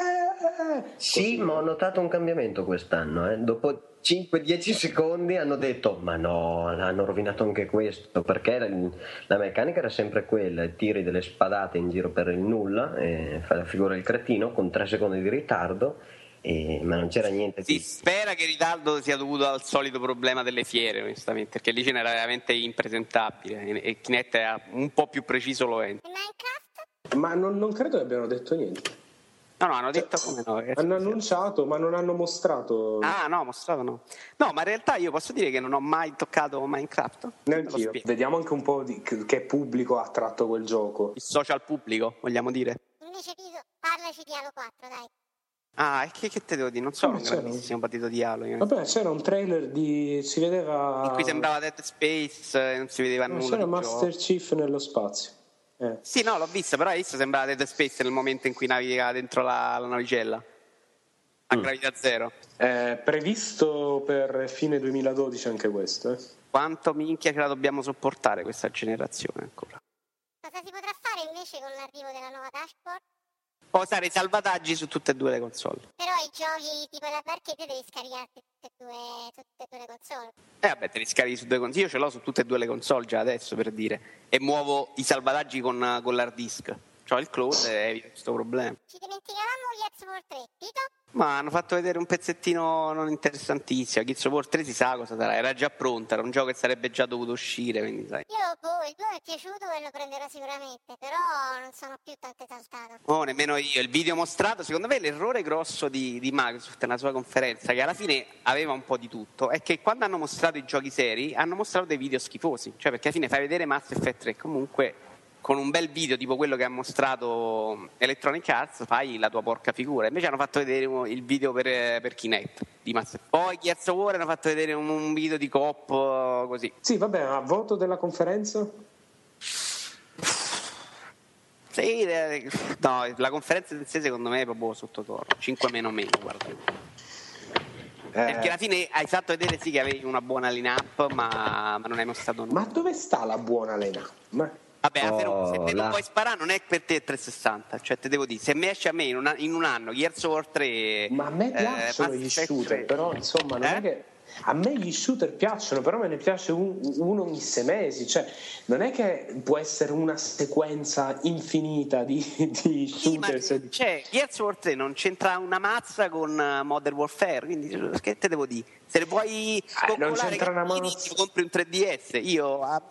S5: Eh,
S7: sì, ma ho notato un cambiamento quest'anno. Eh. Dopo cinque dieci secondi hanno detto: ma no, hanno rovinato anche questo. Perché la, la meccanica era sempre quella: tiri delle spadate in giro per il nulla, e fai la figura del cretino con tre secondi di ritardo. E, ma non c'era niente.
S6: Si spera che il ritardo sia dovuto al solito problema delle fiere, onestamente, perché lì ce n'era veramente impresentabile e, e Kinect è un po' più preciso lo è.
S5: Ma non, non credo che abbiano detto niente.
S6: No, no, hanno
S5: Cioè,
S6: detto come no. Eh,
S5: hanno annunciato, ma non hanno mostrato.
S6: Ah, no, mostrato no. No, ma in realtà io posso dire che non ho mai toccato Minecraft.
S5: Neanch'io. Vediamo anche un po' di che pubblico ha attratto quel gioco.
S6: Il social pubblico, vogliamo dire.
S4: Invece Piso, parlaci di Halo quattro, dai.
S6: Ah, e che, che te devo dire? Non sono
S5: Ah,
S6: un
S5: c'era.
S6: grandissimo partito di Halo. Io.
S5: Vabbè, c'era un trailer di. Si vedeva.
S6: In cui sembrava Dead Space, non si vedeva
S5: no,
S6: nulla.
S5: C'era
S6: di
S5: Master
S6: gioco.
S5: Chief nello spazio. Eh.
S6: Sì, no, l'ho vista, però adesso sembrava Dead Space nel momento in cui naviga dentro la, la navicella. A
S5: Mm.
S6: gravità zero.
S5: È previsto per fine duemiladodici anche questo. Eh.
S6: Quanto minchia ce la dobbiamo sopportare questa generazione ancora?
S4: Cosa si potrà fare invece con l'arrivo della nuova dashboard?
S6: Posare i salvataggi su tutte e due le console.
S4: Però i giochi tipo l'arcade devi scaricarti tutte e due, su tutte e due le console.
S6: Eh vabbè, te li scarichi su due console. Io ce l'ho su tutte e due le console già adesso, per dire. E muovo i salvataggi con, con l'hard disk. Cioè il cloud e evito questo problema.
S4: Ci dimenticavamo Gears of War tre, Tito?
S6: Ma hanno fatto vedere un pezzettino non interessantissimo. Gears of War tre si sa cosa sarà. Era già pronta, era un gioco che sarebbe già dovuto uscire, quindi sai.
S4: Io, boh, il due mi è piaciuto e lo prenderò sicuramente, però non sono più tanto esaltato.
S6: Oh, nemmeno io. Il video mostrato, secondo me l'errore grosso di, di Microsoft nella sua conferenza, che alla fine aveva un po' di tutto, è che quando hanno mostrato i giochi seri, hanno mostrato dei video schifosi. Cioè, perché alla fine fai vedere Mass Effect tre comunque con un bel video tipo quello che ha mostrato Electronic Arts fai la tua porca figura. Invece hanno fatto vedere il video per, per Kinect di Mass Effect. Poi Gears of War hanno fatto vedere un, un video di coop così.
S5: Sì, vabbè, a voto della conferenza?
S6: Sì, eh, no, la conferenza in sé secondo me è proprio sottotono. cinque meno meno, guarda.
S5: Eh.
S6: Perché alla fine hai fatto vedere sì che avevi una buona line-up, ma, ma non hai mostrato nulla.
S5: Ma dove sta la buona Lena? Ma...
S6: Vabbè,
S7: Oh,
S6: se te
S7: là.
S6: non puoi sparare non è per te trecentosessanta, cioè te devo dire, se mi esce a me in, una, in un anno Gears of War tre,
S5: Ma a me piacciono
S6: eh,
S5: gli
S6: Mass Effect
S5: shooter,
S6: tre.
S5: però insomma non
S6: Eh?
S5: è che a me gli shooter piacciono, però me ne piace un- uno ogni sei mesi, cioè non è che può essere una sequenza infinita di, di
S6: Sì, ma
S5: shooter.
S6: cioè, Gears of War tre non c'entra una mazza con uh, Modern Warfare, quindi che te devo dire? Se le vuoi
S5: non
S6: coccolare,
S5: c'entra una
S6: che
S5: mazza.
S6: ti compri un tre D S, io ah,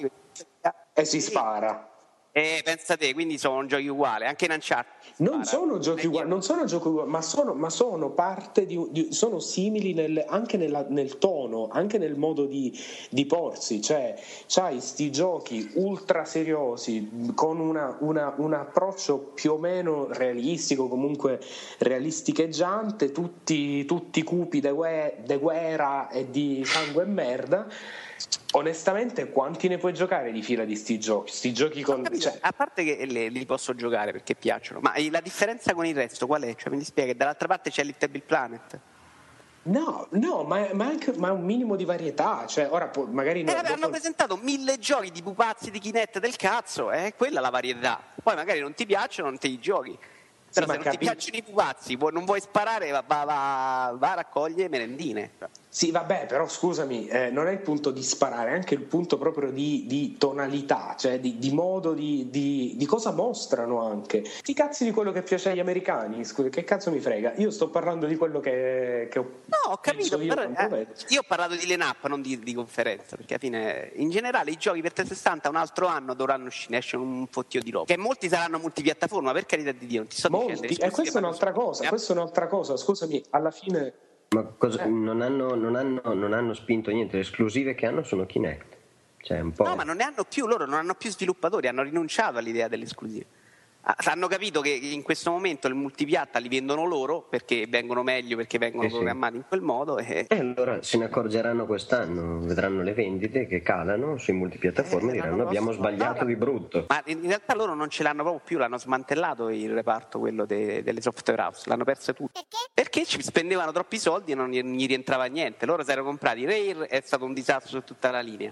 S5: E si spara.
S6: Eh, pensa te, quindi sono giochi uguali, anche in Uncharted.
S5: Non
S6: spara.
S5: sono giochi
S6: Eh,
S5: uguali, non sono giochi uguali, ma sono, ma sono parte di, di- sono simili nel- anche nella- nel tono, anche nel modo di, di porsi. Cioè, c'hai sti giochi ultra seriosi con una- una- un approccio più o meno realistico, comunque realisticheggiante, tutti, tutti cupi de, gue- de guerra e di sangue e merda. Onestamente, quanti ne puoi giocare di fila di sti giochi? Sti giochi con.
S6: Capito?
S5: Cioè,
S6: A parte che li, li posso giocare perché piacciono, ma la differenza con il resto qual è? Cioè, mi dispiega che dall'altra parte c'è Little Planet.
S5: no, no, ma, ma anche ma un minimo di varietà. Cioè, ora può- magari
S6: Eh,
S5: no,
S6: vabbè,
S5: dopo-
S6: hanno presentato mille giochi di pupazzi di Kinect del cazzo, è quella la varietà. Poi magari non ti piacciono, non te li giochi. Però
S5: ma
S6: se non
S5: capi-
S6: ti piacciono i pupazzi, vuoi- non vuoi sparare, va, va, va, va a raccogliere merendine.
S5: Sì, vabbè, però scusami, eh, non è il punto di sparare, è anche il punto proprio di, di tonalità, cioè di, di modo di, di, di cosa mostrano anche. Sti cazzi di quello che piace agli americani, scusa, che cazzo mi frega? Io sto parlando di quello che, che ho,
S6: No, ho capito,
S5: penso io
S6: però,
S5: quando
S6: eh,
S5: vedo.
S6: io ho parlato di line-up, non di, di conferenza, perché alla fine, in generale, i giochi per trecentosessanta un altro anno dovranno uscire, ne esce un fottio di roba. Che molti saranno multipiattaforma, per carità di Dio, non ti sto dicendo.
S5: Molti, e
S6: esclusive
S5: questa è un'altra
S6: Microsoft.
S5: cosa,
S6: Eh,
S5: questa è un'altra cosa, scusami, alla fine.
S7: Ma cosa- non, hanno, non, hanno, non hanno spinto niente, le esclusive che hanno sono Kinect. Cioè, un po'.
S6: No, ma non ne hanno più, loro non hanno più sviluppatori, hanno rinunciato all'idea delle esclusive. Ah, hanno capito che in questo momento il multipiatta li vendono loro perché vengono meglio, perché vengono
S7: Eh sì.
S6: programmati in quel modo. E...
S7: E allora se ne accorgeranno quest'anno, vedranno le vendite che calano sui multipiattaforme
S6: Eh,
S7: e
S6: ma non
S7: diranno
S6: lo
S7: abbiamo
S6: so.
S7: sbagliato
S6: No,
S7: di brutto.
S6: Ma in realtà loro non ce l'hanno proprio più, l'hanno smantellato il reparto, quello de- delle software house, l'hanno perso tutto.
S4: Perché?
S6: Perché ci spendevano troppi soldi e non gli gli rientrava niente. Loro si erano comprati Rare, è stato un disastro su tutta la linea.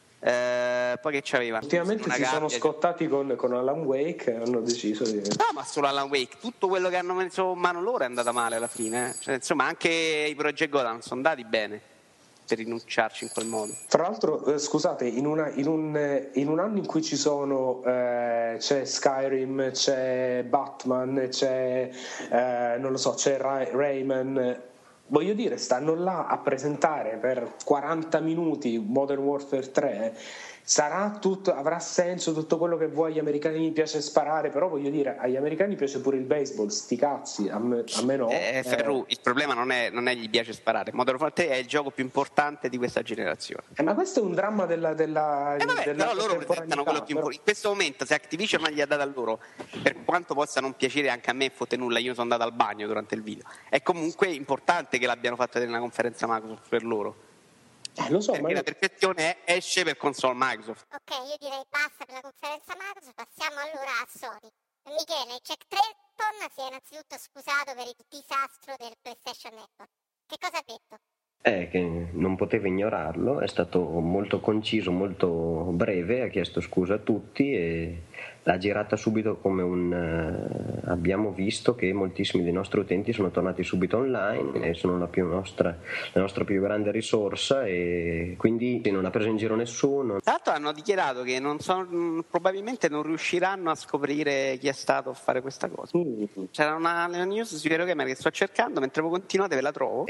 S6: Eh, poi che c'avevano?
S5: Ultimamente
S6: Una
S5: si sono
S6: gabbia.
S5: scottati con, con Alan Wake e hanno deciso di.
S6: No, ma solo Alan Wake, tutto quello che hanno messo in mano loro è andata male alla fine. eh. Cioè, insomma, anche i Project Gotham sono andati bene. per rinunciarci in quel modo.
S5: Tra l'altro, eh, scusate, in, una, in, un, in un anno in cui ci sono eh, c'è Skyrim, c'è Batman, c'è eh, non lo so, c'è Ray- Rayman, voglio dire, stanno là a presentare per quaranta minuti Modern Warfare tre. Sarà tutto, avrà senso tutto quello che vuoi, agli americani piace sparare, però voglio dire, agli americani piace pure il baseball, sti cazzi, a me, a me no.
S6: Eh, Ferru, il problema non è, non è gli piace sparare, Modern Warfare tre è il gioco più importante di questa generazione.
S5: Eh, ma questo è un dramma della, della,
S6: eh vabbè,
S5: della
S6: però loro presentano quello più importante. In questo momento, se Activision non gli ha dato a loro, per quanto possa non piacere anche a me, fotte nulla, io sono andato al bagno durante il video, è comunque importante che l'abbiano fatto vedere una conferenza Microsoft per loro.
S5: Eh, lo so,
S6: perché
S5: ma
S6: la perfezione esce per console Microsoft.
S4: Ok, io direi basta per la conferenza Microsoft, passiamo allora a Sony. Michele, Jack Tretton si è innanzitutto scusato per il disastro del PlayStation Network. Che cosa ha detto?
S7: È che non poteva ignorarlo, è stato molto conciso, molto breve, ha chiesto scusa a tutti e l'ha girata subito come un... Uh, abbiamo visto che moltissimi dei nostri utenti sono tornati subito online e sono la, più nostra, la nostra più grande risorsa e quindi non ha preso in giro nessuno.
S6: Tra l'altro hanno dichiarato che non sono, probabilmente non riusciranno a scoprire chi è stato a fare questa cosa. Mm. C'era una, una news su Eurogamer che sto cercando, mentre voi continuate ve la trovo.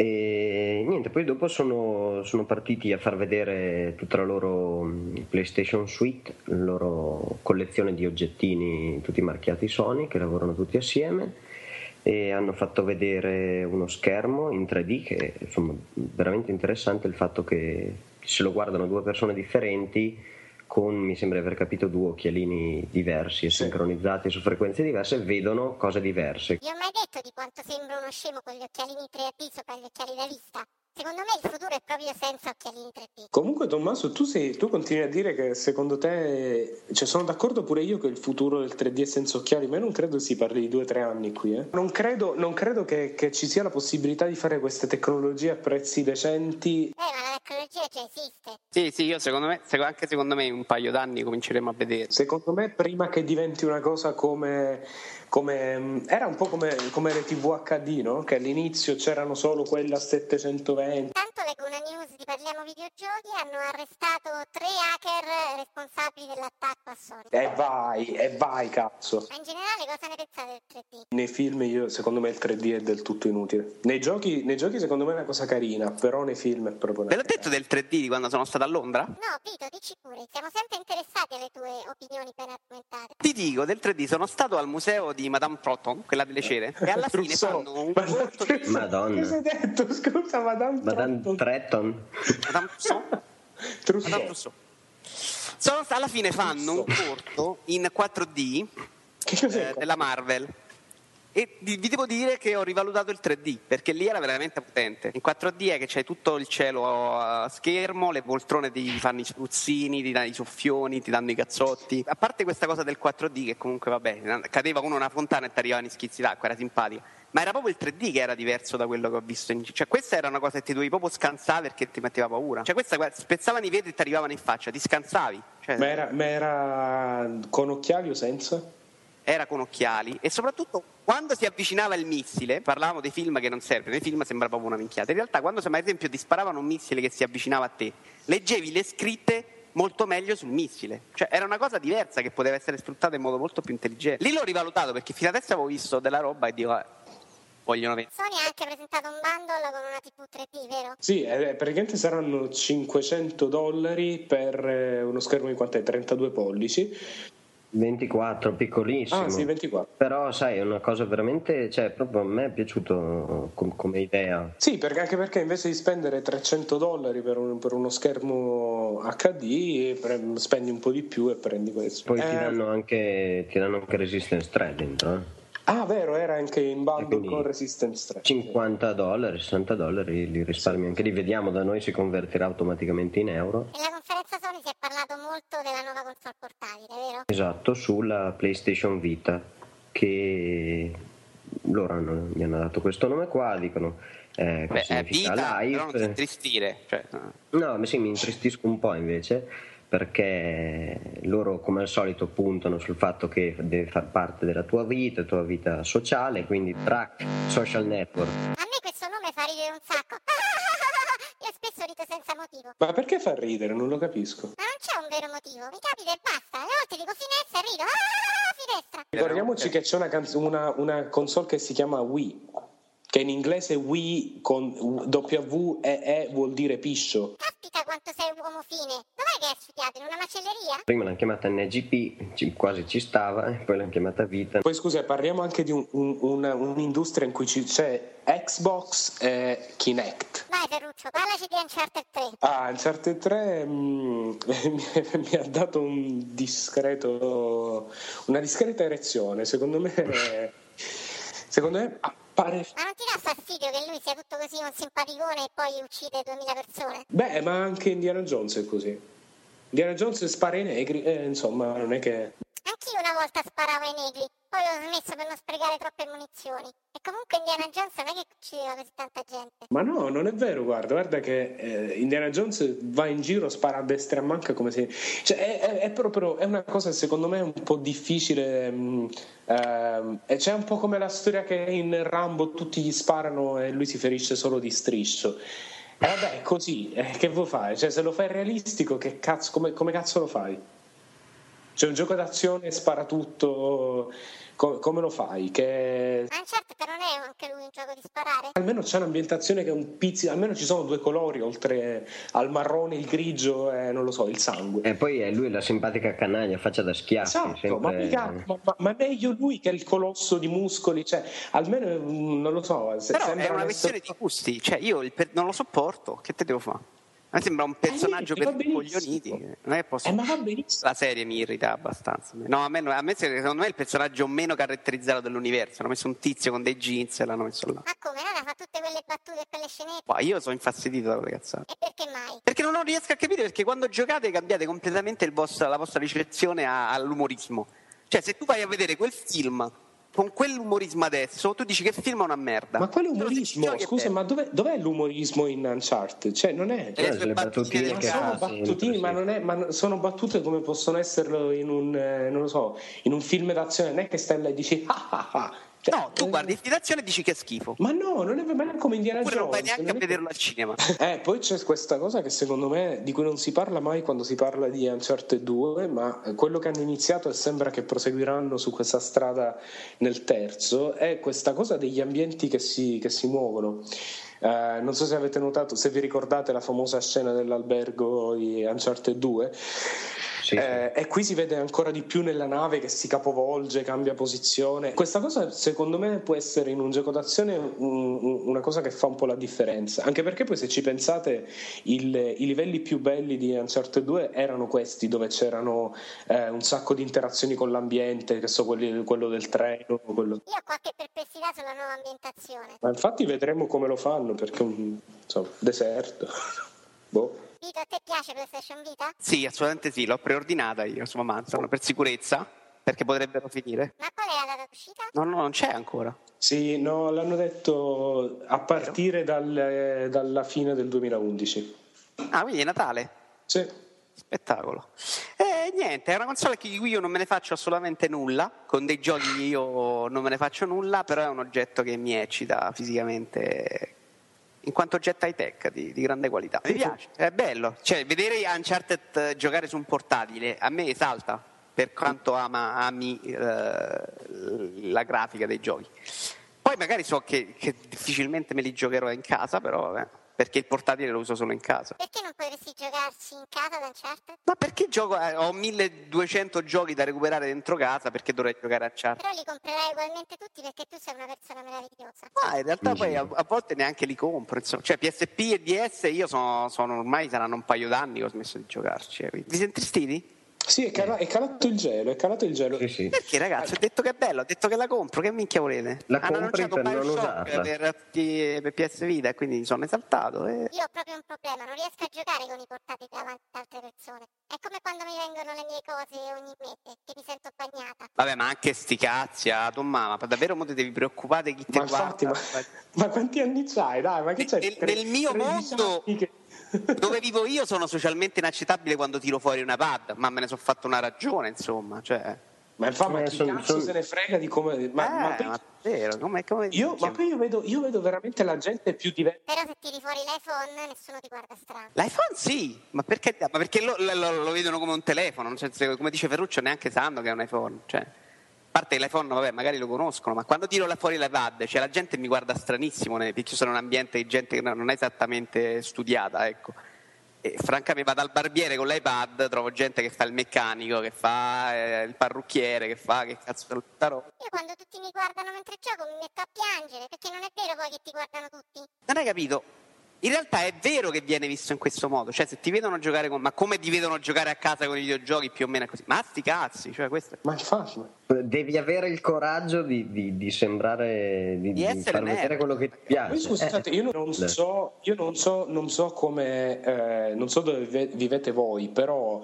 S7: E niente, poi dopo sono, sono partiti a far vedere tutta la loro PlayStation Suite, la loro collezione di oggettini tutti marchiati Sony che lavorano tutti assieme e hanno fatto vedere uno schermo in tre D che è insomma veramente interessante, il fatto che se lo guardano due persone differenti con, mi sembra di aver capito, due occhialini diversi e sì, sincronizzati su frequenze diverse, vedono cose diverse.
S4: Vi ho mai detto di quanto sembra uno scemo con gli occhialini tre D sopra gli occhiali da vista? Secondo me il futuro è proprio senza occhialini tre D.
S5: Comunque Tommaso, tu, sei, tu continui a dire che secondo te, cioè sono d'accordo pure io che il futuro del tre D è senza occhiali, ma io non credo si parli di due o tre anni qui. Eh. Non credo, non credo che, che ci sia la possibilità di fare queste tecnologie a prezzi decenti.
S4: Eh, ma la tecnologia già esiste.
S6: Sì, sì, io secondo me, anche secondo me in un paio d'anni cominceremo a vedere.
S5: Secondo me prima che diventi una cosa come... come era un po' come, come le tivù acca di, no? Che all'inizio c'erano solo quelle a settecentoventi.
S4: Intanto leggo una news di Parliamo Videogiochi, hanno arrestato tre hacker responsabili dell'attacco a Sony.
S5: E vai, e vai cazzo.
S4: Ma in generale cosa ne pensate del tre D?
S5: Nei film io, secondo me il tre D è del tutto inutile. Nei giochi, nei giochi secondo me è una cosa carina, però nei film è proprio...
S6: Ve l'ho detto del tre D di quando sono stato a Londra?
S4: No, Vito, dici pure, siamo sempre interessati alle tue opinioni ben argomentate.
S6: Ti dico, del tre D sono stato al museo di Madame Trotton, quella delle cere, e alla fine fanno un corto di...
S7: Madonna.
S5: Cosa hai detto? Scusa, Madame,
S7: Madame Tretton.
S6: Madame Trousseau. Madame Trousseau. Sono, alla fine fanno un corto in quattro D eh, della Marvel. E vi devo dire che ho rivalutato il tre D, perché lì era veramente potente. In quattro D è che c'hai tutto il cielo a schermo, le poltrone ti fanno i spruzzini, ti danno i soffioni, ti danno i cazzotti. A parte questa cosa del quattro D, che comunque vabbè, cadeva uno una fontana e ti arrivavano i schizzi d'acqua, era simpatica. Ma era proprio il tre D che era diverso da quello che ho visto in giro. Cioè questa era una cosa che ti dovevi proprio scansare perché ti metteva paura. Cioè questa, guarda, spezzavano i vetri e ti arrivavano in faccia, ti scansavi. Cioè,
S5: ma, era, ma era con occhiali o senza?
S6: Era con occhiali e soprattutto quando si avvicinava il missile, parlavamo dei film che non servono, nei film sembra proprio una minchiata, in realtà quando ad esempio ti sparavano un missile che si avvicinava a te, leggevi le scritte molto meglio sul missile, cioè era una cosa diversa che poteva essere sfruttata in modo molto più intelligente. Lì l'ho rivalutato perché fino adesso avevo visto della roba e dico eh, vogliono vedere.
S4: Sony ha anche presentato un bundle con una tivù tre D, vero?
S5: Sì, eh, praticamente saranno cinquecento dollari per eh, uno schermo di quant'è? trentadue pollici.
S7: ventiquattro, piccolissimo.
S5: Ah, sì, ventiquattro.
S7: Però sai, è una cosa veramente, cioè proprio a me è piaciuto com- come idea.
S5: Sì, perché anche perché invece di spendere trecento dollari per, un, per uno schermo acca di, pre- spendi un po' di più e prendi questo.
S7: Poi
S5: eh...
S7: ti danno anche ti danno anche Resistance tre dentro, eh.
S5: Ah, vero, era anche in bundle con Resistance tre.
S7: cinquanta dollari, sessanta dollari li risparmi, anche li vediamo, da noi si convertirà automaticamente in euro.
S4: Nella conferenza Sony si è parlato molto della nuova console portatile, vero?
S7: Esatto, sulla PlayStation Vita, che loro hanno, gli hanno dato questo nome qua, dicono eh, che
S6: Beh,
S7: significa
S6: vita,
S7: live.
S6: però non ti intristire, cioè, no.
S7: No, ma sì, mi intristisco un po' invece, perché loro come al solito puntano sul fatto che deve far parte della tua vita, tua vita sociale, quindi track social network.
S4: A me questo nome fa ridere un sacco. Io spesso solito senza motivo.
S5: Ma perché fa ridere? Non lo capisco.
S4: Ma non c'è un vero motivo, mi capita e basta. A volte dico finestra e rido. Ah, finestra!
S5: Ricordiamoci che c'è una, canz- una, una console che si chiama Wii, che in inglese Wii con W E E vuol dire piscio.
S4: Caspita quanto sei un uomo fine. Dov'è che hai studiato? In una macelleria?
S7: Prima l'hanno chiamata N G P, ci- quasi ci stava, e poi l'hanno chiamata Vita.
S5: Poi scusa, parliamo anche di un, un, una, un'industria in cui ci- c'è Xbox e Kinect.
S4: Vai Ferruccio, parlaci di Uncharted tre.
S5: Ah, Uncharted tre mm, mi, mi ha dato un discreto, una discreta erezione. Secondo me, secondo me appare.
S4: Ma non ti dà fastidio che lui sia tutto così un simpaticone e poi uccide duemila persone?
S5: Beh, ma anche Indiana Jones è così. Indiana Jones spara ai negri, eh, insomma, non è che.
S4: Anch'io una volta sparavo ai negri, poi ho smesso per non sprecare troppe munizioni. E comunque Indiana Jones non è che uccideva così tanta gente.
S5: Ma no, non è vero, guarda, guarda che eh, Indiana Jones va in giro, spara a destra e a manca come se. Cioè, è, è, è proprio è una cosa secondo me un po' difficile. Mh, ehm, e c'è un po' come la storia che in Rambo tutti gli sparano e lui si ferisce solo di striscio. E vabbè, è così, eh, che vuoi fare? Cioè, se lo fai realistico, che cazzo, come, come cazzo lo fai? C'è un gioco d'azione, spara tutto, co- come lo fai? Che
S4: Uncharted non è anche lui un gioco di sparare?
S5: almeno c'è un'ambientazione che è un pizzico, almeno ci sono due colori oltre al marrone, il grigio e non lo so, il sangue.
S7: E poi è lui la simpatica canaglia, faccia da schiaffi.
S5: Esatto,
S7: sempre...
S5: ma, mica, ma, ma, ma meglio lui che il colosso di muscoli, cioè almeno mm, non lo so. Se,
S6: Però
S5: sembra
S6: è una
S5: messo-
S6: questione di gusti, cioè io il per- non lo sopporto, che te devo fare? A me sembra un personaggio
S5: Eh,
S6: per
S5: va benissimo.
S6: coglioniti, non è che posso...
S5: Eh, ma va benissimo.
S6: La serie mi irrita abbastanza. No, a me, a me secondo me è il personaggio meno caratterizzato dell'universo. Hanno messo un tizio con dei jeans e l'hanno messo là.
S4: Ma come? Non ha fatto tutte quelle battute e quelle scenette?
S6: Poi io sono infastidito da quelle cazzate.
S4: E perché mai?
S6: Perché non riesco a capire perché quando giocate cambiate completamente il vostro- la vostra ricezione a- all'umorismo. Cioè se tu vai a vedere quel film con quell'umorismo adesso, tu dici che il film è una merda.
S5: Ma quale
S6: Però se ci
S5: umorismo?
S6: giochi è
S5: Scusa,
S6: bello.
S5: ma dov'è, dov'è l'umorismo in Uncharted? Cioè, non è.
S6: Eh,
S7: Eh, le battutine
S5: Ma
S7: che
S5: sono
S7: fa
S5: battutine,
S7: sempre,
S5: ma,
S7: sì.
S5: non è, ma sono battute come possono esserlo in un, eh, non lo so, in un film d'azione. Non è che stai là e dici ah ah ah. Cioè,
S6: No, tu
S5: eh,
S6: guardi il film d'azione e dici che è schifo.
S5: Ma no, non è ma è come Indiana
S6: Oppure non vai
S5: Jones.
S6: neanche a
S5: non è che-
S6: vederlo al cinema.
S5: Eh, poi c'è questa cosa che secondo me di cui non si parla mai quando si parla di Uncharted due, ma quello che hanno iniziato e sembra che proseguiranno su questa strada nel terzo è questa cosa degli ambienti che si, che si muovono. Eh, non so se avete notato, se vi ricordate la famosa scena dell'albergo di Uncharted due.
S7: Sì,
S5: Eh, e qui si vede ancora di più nella nave che si capovolge, cambia posizione. Questa cosa secondo me può essere in un gioco d'azione un- un- una cosa che fa un po' la differenza, anche perché poi se ci pensate il- i livelli più belli di Uncharted due erano questi, dove c'erano eh, un sacco di interazioni con l'ambiente, che so, quelli- quello del treno, quello-
S4: Io ho qualche perplessità sulla nuova ambientazione.
S5: ma infatti vedremo come lo fanno, perché un insomma, deserto. Boh.
S4: Vito, a te piace PlayStation Vita?
S6: Sì, assolutamente sì, l'ho preordinata io su Amazon per sicurezza, perché potrebbero finire.
S4: Ma qual è la data d'uscita?
S6: No, no, non c'è ancora.
S5: Sì, no, l'hanno detto a partire dal- dalla fine del duemilaundici.
S6: Ah, quindi è Natale?
S5: Sì.
S6: Spettacolo. E niente, è una console di cui io non me ne faccio assolutamente nulla, con dei giochi io non me ne faccio nulla, però è un oggetto che mi eccita fisicamente in quanto oggetto high tech di, di grande qualità. Mi piace, è bello. Cioè, vedere Uncharted giocare su un portatile a me esalta, per quanto ama, ami eh, la grafica dei giochi. Poi magari so che, che difficilmente me li giocherò in casa, però vabbè, perché il portatile lo uso solo in casa.
S4: Perché non potresti giocarci in casa ad Uncharted?
S6: Ma perché gioco? eh, ho milleduecento giochi da recuperare dentro casa, perché dovrei giocare a Uncharted?
S4: Però li comprerai ugualmente tutti perché tu sei una persona meravigliosa.
S6: Ma in realtà poi a, a volte neanche li compro, insomma. Cioè P S P e D S io sono, sono ormai saranno un paio d'anni che ho smesso di giocarci. eh, quindi. Vi siete tristiti?
S5: Sì, è, cala- è calato il gelo, è calato il gelo.
S7: Sì, sì.
S6: Perché ragazzi, ho detto che è bello, ho detto che la compro, che minchia volete?
S7: La
S6: Hanno
S7: compri
S6: annunciato
S7: per non
S6: Bioshock
S7: usarla.
S6: per, per P S Vita e quindi mi sono esaltato. E...
S4: Io ho proprio un problema, non riesco a giocare con i portatili davanti ad altre persone. È come quando mi vengono le mie cose ogni mese, che mi sento bagnata.
S6: Vabbè, ma anche sti cazzi, ah, tua mamma, ma davvero mo te devi preoccupare di chi ti
S5: Ma infatti,
S6: guarda?
S5: ma, ma quanti anni c'hai? Dai, ma che c'hai?
S6: Nel-
S5: Tre-
S6: nel mio
S5: tredici
S6: mondo-
S5: anni che-
S6: Dove vivo io sono socialmente inaccettabile quando tiro fuori una pad, ma me ne sono fatto una ragione, insomma, cioè...
S5: Ma infatti, ma chi
S7: son,
S5: cazzo
S7: son...
S5: se ne frega di come. Ma,
S6: eh,
S5: ma, poi,
S6: ma vero, come, come
S5: io, ma poi io vedo, io vedo veramente la gente più diversa.
S4: Però se tiri fuori l'iPhone nessuno ti guarda strano.
S6: L'iPhone sì, ma perché, ma perché lo, lo, lo vedono come un telefono, cioè, come dice Ferruccio neanche sanno che è un iPhone, cioè, a parte che l'iPhone vabbè magari lo conoscono, ma quando tiro là fuori l'iPad, cioè la gente mi guarda stranissimo, perché sono in un ambiente di gente che non è esattamente studiata, ecco. E francamente vado al barbiere con l'iPad, trovo gente che fa il meccanico, che fa eh, il parrucchiere, che fa che cazzo è tutta roba.
S4: Io quando tutti mi guardano mentre gioco mi metto a piangere, perché non è vero poi che ti guardano tutti.
S6: Non hai capito? In realtà è vero che viene visto in questo modo, cioè se ti vedono giocare con, ma come ti vedono giocare a casa con i videogiochi più o meno è così, ma sti cazzi, cioè questo è...
S5: Ma infatti,
S7: devi avere il coraggio di, di, di sembrare di,
S6: Di
S7: di far
S6: essere
S7: vedere
S6: nerd.
S7: quello che ti piace.
S5: poi scusate, io non so, io non so, non so come, eh, non so dove vive- vivete voi, però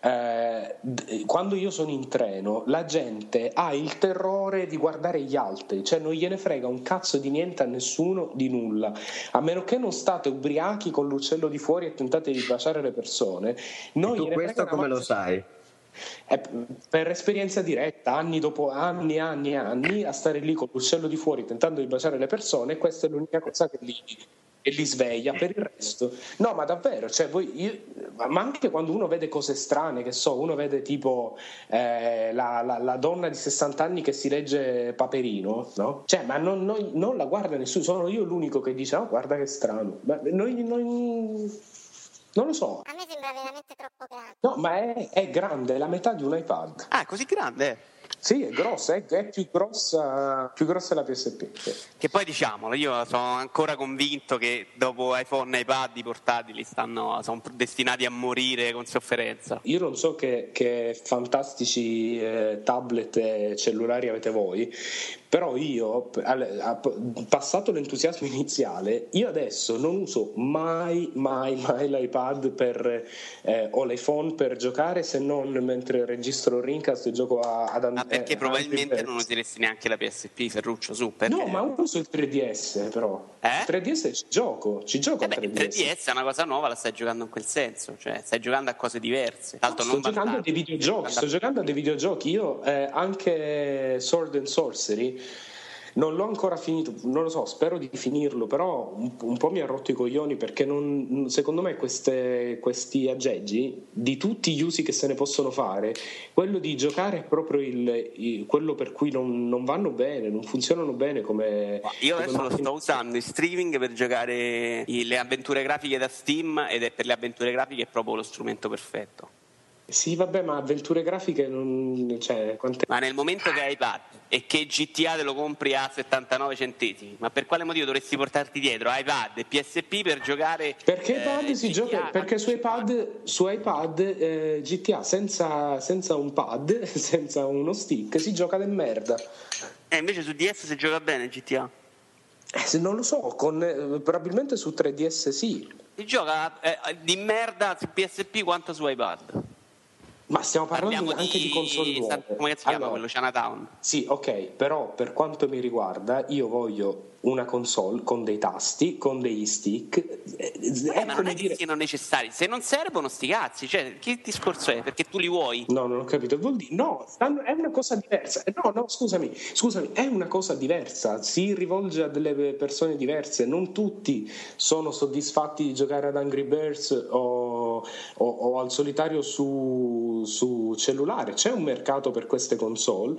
S5: eh, d- quando io sono in treno, la gente ha il terrore di guardare gli altri, cioè non gliene frega un cazzo di niente a nessuno, di nulla, a meno che non state ubriachi con l'uccello di fuori e tentate di baciare le persone. Non
S7: E tu
S5: gliene
S7: questo
S5: frega una
S7: come lo
S5: mazza.
S7: sai?
S5: È per esperienza diretta, anni dopo anni, anni, anni, a stare lì con l'uccello di fuori tentando di baciare le persone, e questa è l'unica cosa che li, che li sveglia. Per il resto, no, ma davvero, cioè voi, io, ma anche quando uno vede cose strane, che so, uno vede tipo eh, la, la, la donna di sessanta anni che si legge Paperino, no? Cioè, ma non, non, non la guarda nessuno, sono io l'unico che dice, oh, guarda che strano. Ma noi, noi non lo so.
S4: A me sembra veramente troppo grande.
S5: No, ma è, è grande, è la metà di un iPad.
S6: Ah, è così grande, eh?
S5: Sì, è grossa, è, è più grossa, più grossa della P S P. Sì.
S6: Che poi diciamolo, io sono ancora convinto che dopo iPhone e iPad i portatili stanno, sono destinati a morire con sofferenza.
S5: Io non so che, che fantastici eh, tablet e cellulari avete voi, però io, al- a- passato l'entusiasmo iniziale, io adesso non uso mai, mai, mai l'iPad per, eh, o l'iPhone per giocare, se non mentre registro Rincast e gioco a, ad
S6: Ma perché
S5: eh,
S6: probabilmente
S5: Angry
S6: non
S5: Birds.
S6: useresti neanche la P S P, Ferruccio, su, perché...
S5: No, ma uso il tre D S però.
S6: Eh?
S5: Il tre D S ci gioco, ci gioco
S6: Eh
S5: al
S6: beh,
S5: tre
S6: il
S5: D S.
S6: tre D S è una cosa nuova, la stai giocando in quel senso, cioè stai giocando a cose diverse. Tanto
S5: sto
S6: non
S5: giocando a
S6: banali.
S5: dei videogiochi, sto giocando a dei videogiochi. Io eh, anche Sword and Sorcery non l'ho ancora finito, non lo so, spero di finirlo, però un, un po' mi ha rotto i coglioni, perché non, secondo me queste, questi aggeggi, di tutti gli usi che se ne possono fare, quello di giocare è proprio il, il- quello per cui non, non vanno bene, non funzionano bene come...
S6: Io
S5: come
S6: adesso lo
S5: macchine.
S6: sto usando in streaming per giocare i- le avventure grafiche da Steam, ed è per le avventure grafiche è proprio lo strumento perfetto.
S5: Sì, vabbè, ma avventure grafiche non... cioè, quante...
S6: Ma nel momento che hai iPad e che G T A te lo compri a settantanove centesimi, ma per quale motivo dovresti portarti dietro iPad e P S P per giocare?
S5: Perché
S6: eh,
S5: iPad si
S6: G T A?
S5: gioca, perché su iPad, su iPad eh, G T A senza, senza un pad, senza uno stick, si gioca del merda.
S6: E invece su D S si gioca bene G T A?
S5: Eh, se non lo so, con, eh, probabilmente su tre D S sì.
S6: Si gioca eh, di merda su P S P quanto su iPad.
S5: Ma stiamo parlando
S6: Parliamo
S5: anche di, console nuove.
S6: come si chiama
S5: Allora,
S6: quello? Chinatown?
S5: sì, ok, però per quanto mi riguarda io voglio una console con dei tasti, con degli stick. eh,
S6: Eh,
S5: è
S6: ma non
S5: come
S6: è che
S5: dire...
S6: siano necessari, se non servono sti cazzi, cioè che discorso è? Perché tu li vuoi?
S5: No, non ho capito. Vuol dire no, stanno- è una cosa diversa. Eh, No, no, scusami, scusami, è una cosa diversa. Si rivolge a delle persone diverse. Non tutti sono soddisfatti di giocare ad Angry Birds o, o- o al solitario su, su cellulare. C'è un mercato per queste console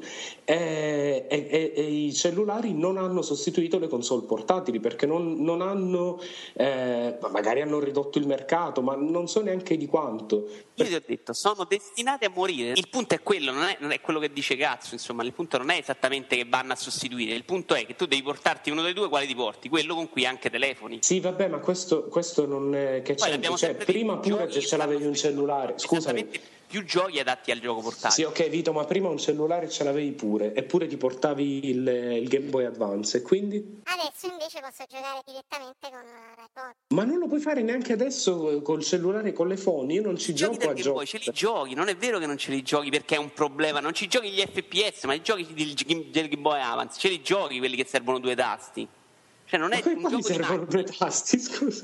S5: e, e- e- e i cellulari non hanno sostituito le console portatili, perché non, non hanno, eh, magari hanno ridotto il mercato, ma non so neanche di quanto.
S6: Io ti ho detto, sono destinati a morire. Il punto è quello, non è, non è quello che dice cazzo, insomma, il punto non è esattamente che vanno a sostituire, il punto è che tu devi portarti uno dei due, quale ti porti? Quello con cui anche telefoni.
S5: Sì, vabbè, ma questo, questo non è che
S6: Poi
S5: c'è.
S6: l'abbiamo
S5: Cioè,
S6: sempre
S5: prima
S6: detto,
S5: pure
S6: giochi
S5: ce l'avevi un
S6: stanno-
S5: cellulare. Scusami.
S6: Esattamente, più giochi adatti al gioco portatile.
S5: Sì, ok, Vito, ma prima un cellulare ce l'avevi pure, eppure ti portavi il, il Game Boy Advance, e quindi?
S4: Adesso invece posso giocare direttamente con l'iPod.
S5: Ma non lo puoi fare neanche adesso col cellulare, con le phone. Io non ci
S6: I giochi
S5: gioco
S6: del
S5: a
S6: Game
S5: gioco.
S6: Boy ce li giochi, non è vero che non ce li giochi perché è un problema, non ci giochi gli F P S, ma i giochi del, del Game Boy Advance ce li giochi quelli che servono due tasti. Cioè non è
S5: Ma come
S6: un
S5: mai mi
S6: gioco di
S5: servono
S6: macchina.
S5: due tasti, scusa?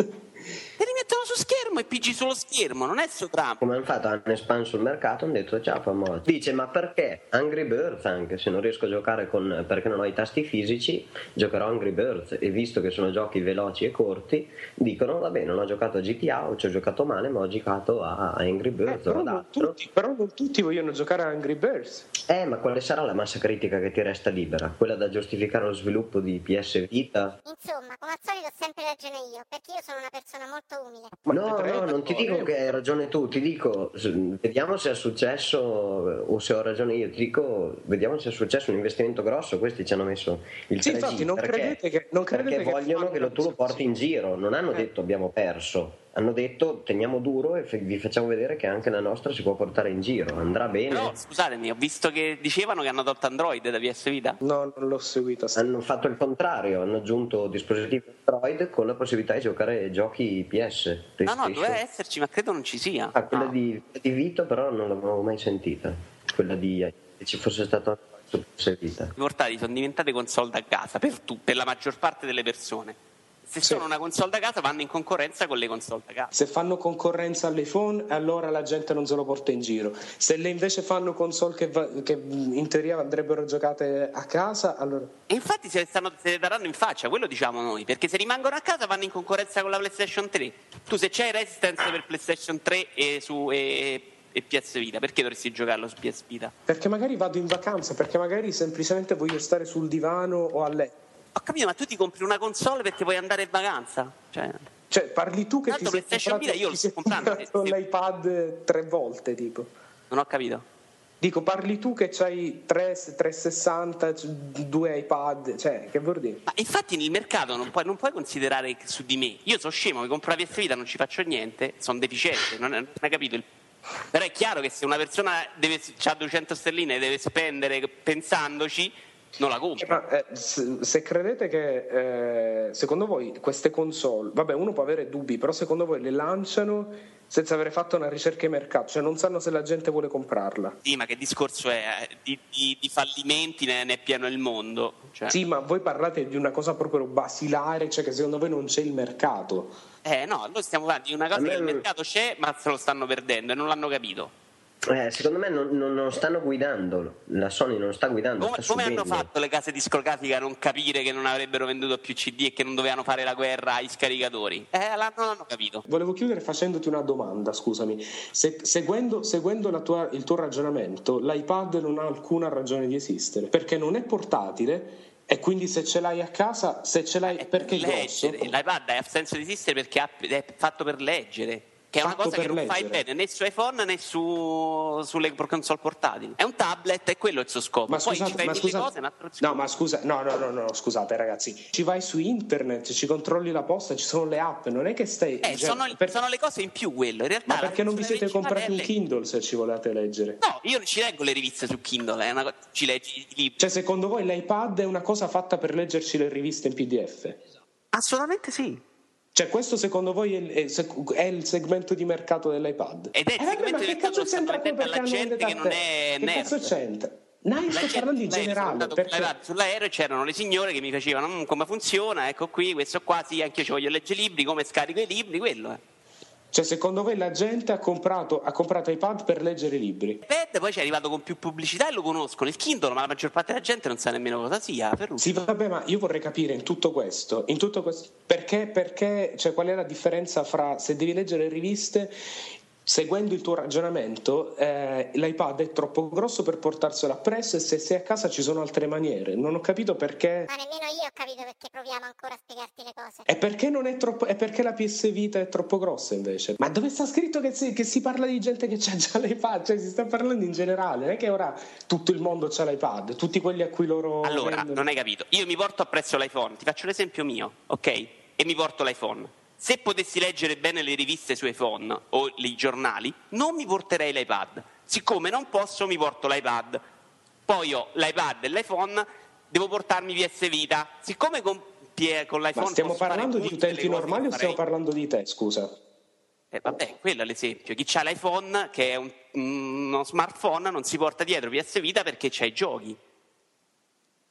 S6: Te li mettono su schermo e pigi sullo schermo, non è su trama.
S7: Come hanno fatto, hanno espanso il mercato, hanno detto ciao famoso. Dice ma perché Angry Birds, anche se non riesco a giocare con, perché non ho i tasti fisici, giocherò Angry Birds, e visto che sono giochi veloci e corti, dicono vabbè, non ho giocato a G T A o ci ho giocato male, ma ho giocato a Angry Birds.
S5: Eh, però, non tutti, però non tutti vogliono giocare a Angry Birds.
S7: Eh, ma quale sarà la massa critica che ti resta libera? Quella da giustificare lo sviluppo di P S Vita?
S4: Insomma, come al solito ho sempre ragione io, perché io sono una persona molto umile.
S7: Ma no, no, non ti dico che hai ragione tu, ti dico, vediamo se è successo, o se ho ragione io, ti dico, vediamo se è successo un investimento grosso, questi ci hanno messo il
S5: sì,
S7: tre G,
S5: infatti non
S7: perché,
S5: credete che non credete
S7: perché
S5: che
S7: vogliono che lo, tu lo porti in
S5: sì.
S7: giro, non hanno
S5: eh.
S7: detto abbiamo perso. Hanno detto teniamo duro e vi facciamo vedere che anche la nostra si può portare in giro, andrà bene.
S6: No, scusatemi, ho visto che dicevano che hanno tolto Android da P S Vita.
S5: No, non l'ho seguita.
S7: Hanno fatto il contrario, hanno aggiunto dispositivi Android con la possibilità di giocare giochi P S.
S6: No, no, doveva esserci, ma credo non ci sia.
S7: Ah, quella
S6: no.
S7: di, di Vito però non l'avevo mai sentita, quella di che ci fosse stato su P S Vita.
S6: I portatili sono diventate console da casa per, tu, per la maggior parte delle persone. Se
S5: sì.
S6: sono una console da casa vanno in concorrenza con le console da casa.
S5: Se fanno concorrenza all'iPhone, allora la gente non se lo porta in giro. Se le invece fanno console che, va, che in teoria andrebbero giocate a casa, allora...
S6: E infatti se le, stanno, se le daranno in faccia, quello diciamo noi, perché se rimangono a casa vanno in concorrenza con la PlayStation tre. Tu se c'hai Resistance per PlayStation tre e, su, e, e P S Vita, perché dovresti giocarlo su P S Vita?
S5: Perché magari vado in vacanza, perché magari semplicemente voglio stare sul divano o a letto.
S6: Ho capito, ma tu ti compri una console perché vuoi andare in vacanza? Cioè,
S5: cioè parli tu che
S6: tanto
S5: ti sei
S6: PlayStation
S5: comprato,
S6: Vita io lo
S5: ti
S6: sto
S5: sei
S6: comprando.
S5: comprato l'iPad tre volte, tipo.
S6: Non ho capito.
S5: Dico, parli tu che c'hai tre trecentosessanta, due iPad, cioè, che vuol dire?
S6: Ma infatti nel mercato non puoi, non puoi considerare che su di me. Io sono scemo, mi compro la P S Vita, non ci faccio niente, sono deficiente, non, non hai capito il... Però è chiaro che se una persona deve, ha duecento sterline e deve spendere pensandoci, non la compra.
S5: Ma, eh, se, se credete che eh, secondo voi queste console, vabbè, uno può avere dubbi, però secondo voi le lanciano senza aver fatto una ricerca di mercato, cioè non sanno se la gente vuole comprarla?
S6: Sì, ma che discorso è? Di, di, di fallimenti ne, ne è pieno il mondo, cioè.
S5: Sì, ma voi parlate di una cosa proprio basilare, cioè che secondo voi non c'è il mercato.
S6: Eh no, noi stiamo parlando di una cosa che il mercato c'è, ma se lo stanno perdendo e non l'hanno capito.
S7: Eh, secondo me non, non, non stanno guidando, la Sony non sta guidando.
S6: Come,
S7: sta
S6: come hanno
S7: subendo.
S6: fatto le case discografiche a non capire che non avrebbero venduto più C D e che non dovevano fare la guerra ai scaricatori? Eh, non l'hanno capito.
S5: Volevo chiudere facendoti una domanda, scusami. Se, seguendo seguendo la tua, il tuo ragionamento, l'iPad non ha alcuna ragione di esistere, perché non è portatile. E quindi se ce l'hai a casa, se ce l'hai,
S6: Eh,
S5: perché è
S6: leggere.
S5: grosso?
S6: L'iPad ha senso di esistere perché ha- è fatto per leggere, che è una
S5: Fatto
S6: cosa che
S5: per
S6: non fai
S5: leggere.
S6: bene né su iPhone né su, sulle console portatili. È un tablet e quello è il suo scopo.
S5: Ma
S6: Poi
S5: scusate,
S6: ci fai
S5: ma
S6: mille
S5: scusate-
S6: cose, ma
S5: no, ma scusa, no, no, no, no, scusate ragazzi, ci vai su internet, ci controlli la posta, ci sono le app, non è che stai...
S6: Eh,
S5: cioè,
S6: sono,
S5: per-
S6: sono le cose in più quello. In realtà
S5: ma
S6: la
S5: perché non vi siete
S6: funzione
S5: comprati un
S6: principale è
S5: Kindle se ci volete leggere?
S6: le- No, io non ci leggo le riviste su Kindle, è una co- ci leggi i libri.
S5: Cioè, secondo voi l'iPad è una cosa fatta per leggerci le riviste in P D F?
S6: Assolutamente sì.
S5: Cioè, questo secondo voi è il, è- è il segmento di mercato dell'iPad?
S6: Ed è il
S5: Eh, vabbè,
S6: segmento
S5: ma
S6: di
S5: che
S6: mercato
S5: cazzo
S6: che stanno
S5: c'entra poi
S6: vendendo
S5: perché
S6: alla
S5: hanno
S6: gente
S5: venduto
S6: che
S5: a
S6: non
S5: te?
S6: è
S5: Che
S6: nerd.
S5: cazzo c'entra? No, io
S6: La
S5: sto
S6: gente-
S5: parlando in
S6: lei- sono
S5: generale,
S6: andato
S5: perché...
S6: con l'iPad sull'aereo e c'erano le signore che mi facevano "Mm, come funziona, ecco qui, questo qua, sì, anche io ci voglio leggere i libri, come scarico i libri, quello è.
S5: Cioè, secondo voi la gente ha comprato, ha comprato iPad per leggere i libri?
S6: Pad poi ci è arrivato con più pubblicità e lo conoscono, il Kindle, ma la maggior parte della gente non sa nemmeno cosa sia. Ferruccio.
S5: Sì, vabbè, ma io vorrei capire in tutto questo, in tutto questo perché, perché, cioè, qual è la differenza fra se devi leggere riviste, seguendo il tuo ragionamento, eh, l'iPad è troppo grosso per portarselo appresso e se sei a casa ci sono altre maniere. Non ho capito perché.
S4: Ma nemmeno io ho capito perché proviamo ancora a spiegarti le cose.
S5: E perché non è troppo. E perché la P S Vita è troppo grossa invece? Ma dove sta scritto che si, che si parla di gente che c'ha già l'iPad? Cioè, si sta parlando in generale, non è che ora tutto il mondo c'ha l'iPad, tutti quelli a cui loro.
S6: Allora,
S5: vendono-
S6: non hai capito, io mi porto appresso l'iPhone, ti faccio l'esempio mio, ok? E mi porto l'iPhone. Se potessi leggere bene le riviste su iPhone o i giornali, non mi porterei l'iPad. Siccome non posso, mi porto l'iPad. Poi ho l'iPad e l'iPhone, devo portarmi P S Vita. Siccome con, con l'iPhone
S5: Ma stiamo
S6: posso fare
S5: parlando di
S6: tutte
S5: utenti
S6: le cose
S5: normali
S6: che
S5: o stiamo
S6: farei-
S5: parlando di te, scusa?
S6: Eh, vabbè, quello è l'esempio. Chi ha l'iPhone, che è un, uno smartphone, non si porta dietro P S Vita perché c'ha i giochi.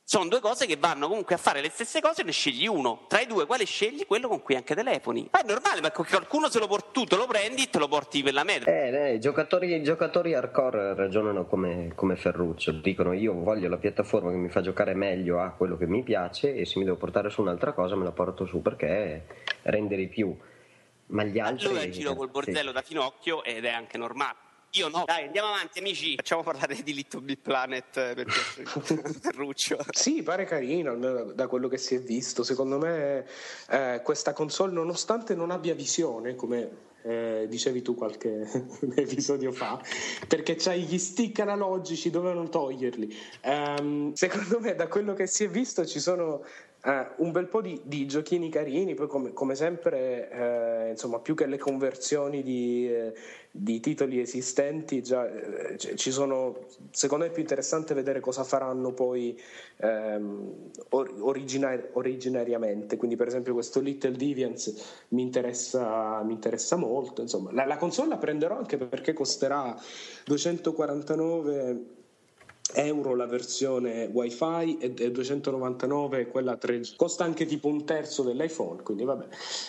S6: sono due cose che vanno comunque a fare le stesse cose, ne scegli uno. Tra i due, quale scegli? Quello con cui anche telefoni. Ma è normale, perché qualcuno se lo porti, tu te lo prendi e te lo porti per la metro.
S7: Eh, eh, i giocatori, i giocatori hardcore ragionano come, come Ferruccio, dicono io voglio la piattaforma che mi fa giocare meglio a quello che mi piace e se mi devo portare su un'altra cosa me la porto su perché rende di più. Ma gli altri...
S6: Lui va in giro col bordello
S7: sì.
S6: da finocchio ed è anche normale. Io no. Dai, andiamo avanti, amici. Facciamo parlare di Little Big Planet per Ferruccio.
S5: Sì, pare carino, almeno da quello che si è visto. Secondo me eh, questa console, nonostante non abbia visione, come eh, dicevi tu qualche episodio fa, perché c'hai gli stick analogici, dovevano toglierli. Um, secondo me, da quello che si è visto, ci sono... Uh, un bel po' di, di giochini carini, poi come, come sempre eh, insomma più che le conversioni di, eh, di titoli esistenti già eh, ci sono, secondo me è più interessante vedere cosa faranno poi ehm, or, originar- originariamente, quindi per esempio questo Little Deviants mi interessa, mi interessa molto, insomma la, la console la prenderò anche perché costerà duecentoquarantanove euro la versione wifi e duecentonovantanove quella tre G, costa anche tipo un terzo dell'iPhone, quindi vabbè.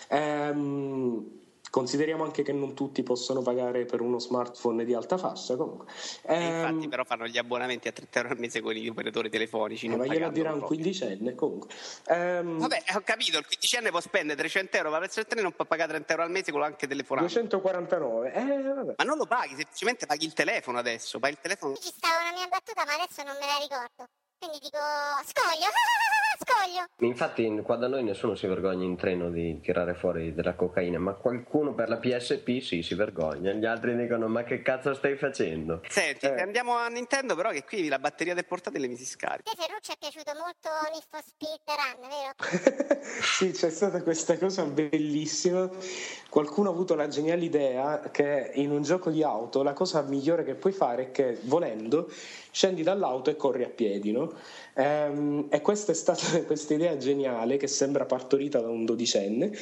S5: Ehm, consideriamo anche che non tutti possono pagare per uno smartphone di alta fascia comunque. Ehm,
S6: infatti però fanno gli abbonamenti a trenta euro al mese con gli operatori telefonici,
S5: eh,
S6: non
S5: ma glielo dirà un
S6: proprio.
S5: quindicenne comunque. Ehm,
S6: Vabbè, ho capito, il quindicenne può spendere trecento euro, ma per il tre non può pagare trenta euro al mese con anche telefonato.
S5: duecentoquarantanove, eh vabbè.
S6: Ma non lo paghi, semplicemente paghi il telefono adesso, paghi il telefono.
S4: Ci stava una mia battuta, ma adesso non me la ricordo. Quindi dico, scoglio, scoglio.
S7: Infatti qua da noi nessuno si vergogna in treno di tirare fuori della cocaina, ma qualcuno per la P S P sì, si vergogna, gli altri dicono ma che cazzo stai facendo?
S6: Senti,
S5: Eh.
S6: andiamo a Nintendo, però che qui la batteria del portatile mi si scarica.
S4: A te Ferruccio è piaciuto molto Need for Speed Run, vero?
S5: Sì, c'è stata questa cosa bellissima. Qualcuno ha avuto la geniale idea che in un gioco di auto la cosa migliore che puoi fare è che volendo scendi dall'auto e corri a piedi, no? Ehm, e questa è stata questa idea geniale che sembra partorita da un dodicenne.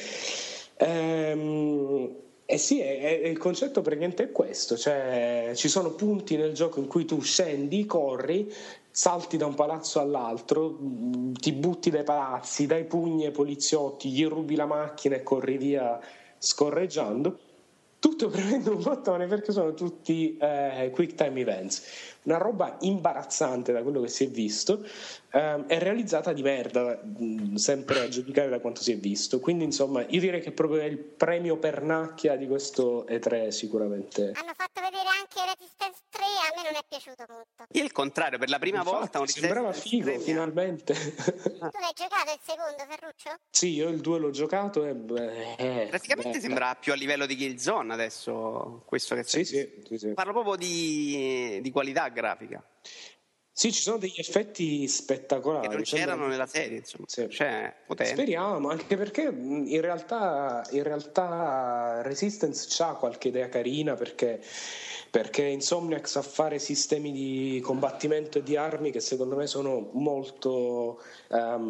S5: Ehm, E sì, è, è, il concetto praticamente è questo, cioè ci sono punti nel gioco in cui tu scendi, corri, salti da un palazzo all'altro, ti butti dai palazzi, dai pugni ai poliziotti, gli rubi la macchina e corri via scorreggiando, tutto premendo un bottone perché sono tutti eh, quick time events. Una roba imbarazzante da quello che si è visto, ehm, è realizzata di merda, mh, sempre a giudicare da quanto si è visto. Quindi insomma io direi che proprio è il premio pernacchia di questo E tre sicuramente.
S4: Hanno fatto vedere anche Resistance tre, a me non è piaciuto molto.
S6: Io il contrario, per la prima
S5: Infatti,
S6: volta un
S5: sembrava figo finalmente.
S4: Tu l'hai giocato il secondo, Ferruccio?
S5: Sì, io il due l'ho giocato e beh, eh,
S6: praticamente
S5: beh.
S6: sembra più a livello di Killzone adesso questo che
S5: Sì,
S6: stai-
S5: sì, sì, sì.
S6: Parlo proprio di, di qualità grafica
S5: Sì, ci sono degli effetti spettacolari.
S6: che non
S5: sembra-
S6: c'erano nella serie, insomma.
S5: Sì.
S6: Cioè, potente.
S5: Speriamo, anche perché mh, in realtà, in realtà Resistance c'ha qualche idea carina perché, perché Insomniac sa fare sistemi di combattimento e di armi che secondo me sono molto, ehm,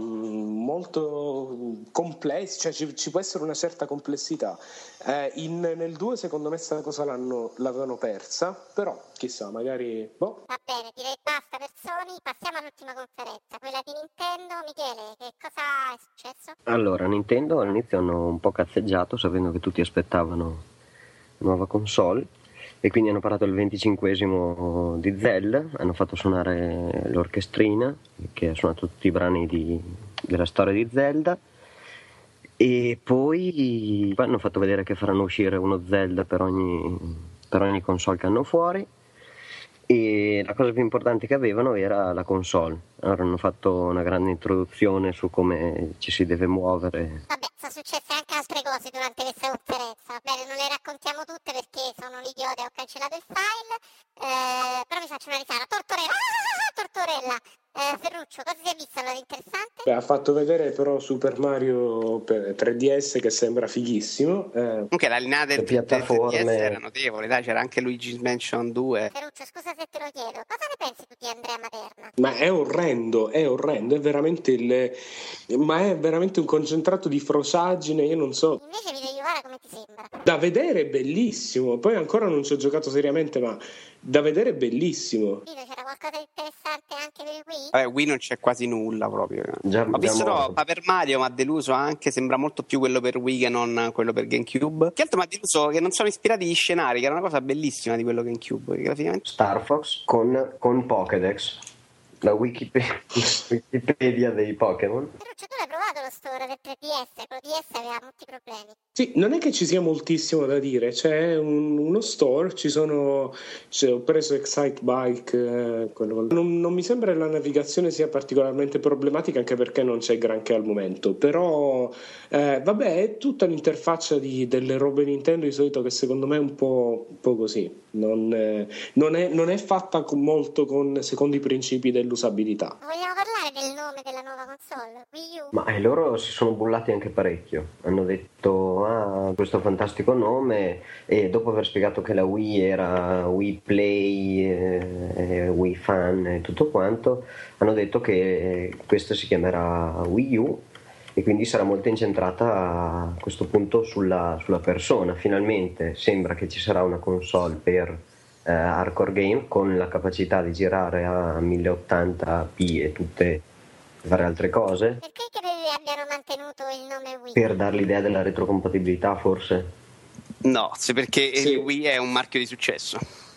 S5: molto complessi, cioè ci, ci può essere una certa complessità. Eh, in- nel due secondo me questa cosa l'hanno, l'avevano persa, però chissà, magari... Boh.
S4: Va bene, direi basta per Sony, passiamo all'ultima conferenza, quella di Nintendo. Michele, che cosa è successo?
S7: Allora, Nintendo all'inizio hanno un po' cazzeggiato sapendo che tutti aspettavano la nuova console e quindi hanno parlato del venticinquesimo di Zelda, hanno fatto suonare l'orchestrina che ha suonato tutti i brani di- della storia di Zelda e poi hanno fatto vedere che faranno uscire uno Zelda per ogni, per ogni console che hanno fuori. E la cosa più importante che avevano era la console. Allora hanno fatto una grande introduzione su come ci si deve muovere.
S4: Vabbè, sono successe anche altre cose durante questa conferenza. Va bene, non le raccontiamo tutte perché sono un idiota e ho cancellato il file. Eh, però vi faccio una risata. Tortorella! Ah, Tortorella! Eh, Ferruccio, cosa si è visto allora di interessante?
S5: Beh, ha fatto vedere però Super Mario per tre D S che sembra fighissimo. Eh,
S6: Comunque la linea del
S7: Le piattaforme.
S6: del D S era notevole, dai, c'era anche Luigi's Mansion due.
S4: Ferruccio, scusa se te lo chiedo, cosa ne pensi tu di Andrea Materna?
S5: ma è orrendo, è orrendo, è veramente il, ma è veramente un concentrato di frosaggine, io non so.
S4: Invece Vito Iuvara come ti sembra?
S5: Da vedere è bellissimo, poi ancora non ci ho giocato seriamente, ma da vedere è bellissimo.
S4: Vito, c'era qualcosa di interessante anche per Wii?
S6: Vabbè, Wii non c'è quasi nulla proprio.
S7: Già,
S6: Ho visto
S7: già
S6: no, Paper Mario mi ha deluso anche, sembra molto più quello per Wii che non quello per GameCube. Che altro mi ha deluso che non sono ispirati gli scenari, che era una cosa bellissima di quello GameCube, graficamente.
S7: Star Fox con, con Pokédex, la Wikipedia, Wikipedia dei Pokémon.
S4: Ferruccio, tu l'hai provato lo store del tre D S? Quello D S aveva molti problemi.
S5: Sì, non è che ci sia moltissimo da dire, c'è un- uno store, ci sono, c'è- ho preso Excite Bike, eh, quello- non, non mi sembra che la navigazione sia particolarmente problematica, anche perché non c'è granché al momento, però eh, vabbè, è tutta l'interfaccia di, delle robe Nintendo di solito che secondo me è un po', un po' così, non, eh, non è, non è fatta con- molto con, secondo i principi dell'usabilità.
S4: Vogliamo parlare del nome della nuova console? Wii U?
S7: Ma e loro si sono bullati anche parecchio, hanno detto ah questo fantastico nome, e dopo aver spiegato che la Wii era Wii Play, eh, Wii Fan e tutto quanto, hanno detto che questa si chiamerà Wii U e quindi sarà molto incentrata a questo punto sulla, sulla persona. Finalmente sembra che ci sarà una console per eh, hardcore game con la capacità di girare a mille ottanta p e tutte varie altre cose,
S4: Perché credi abbiano mantenuto il nome Wii?
S7: per dar l'idea della retrocompatibilità forse.
S6: No, se perché
S5: Sì.
S6: il Wii è un marchio di successo.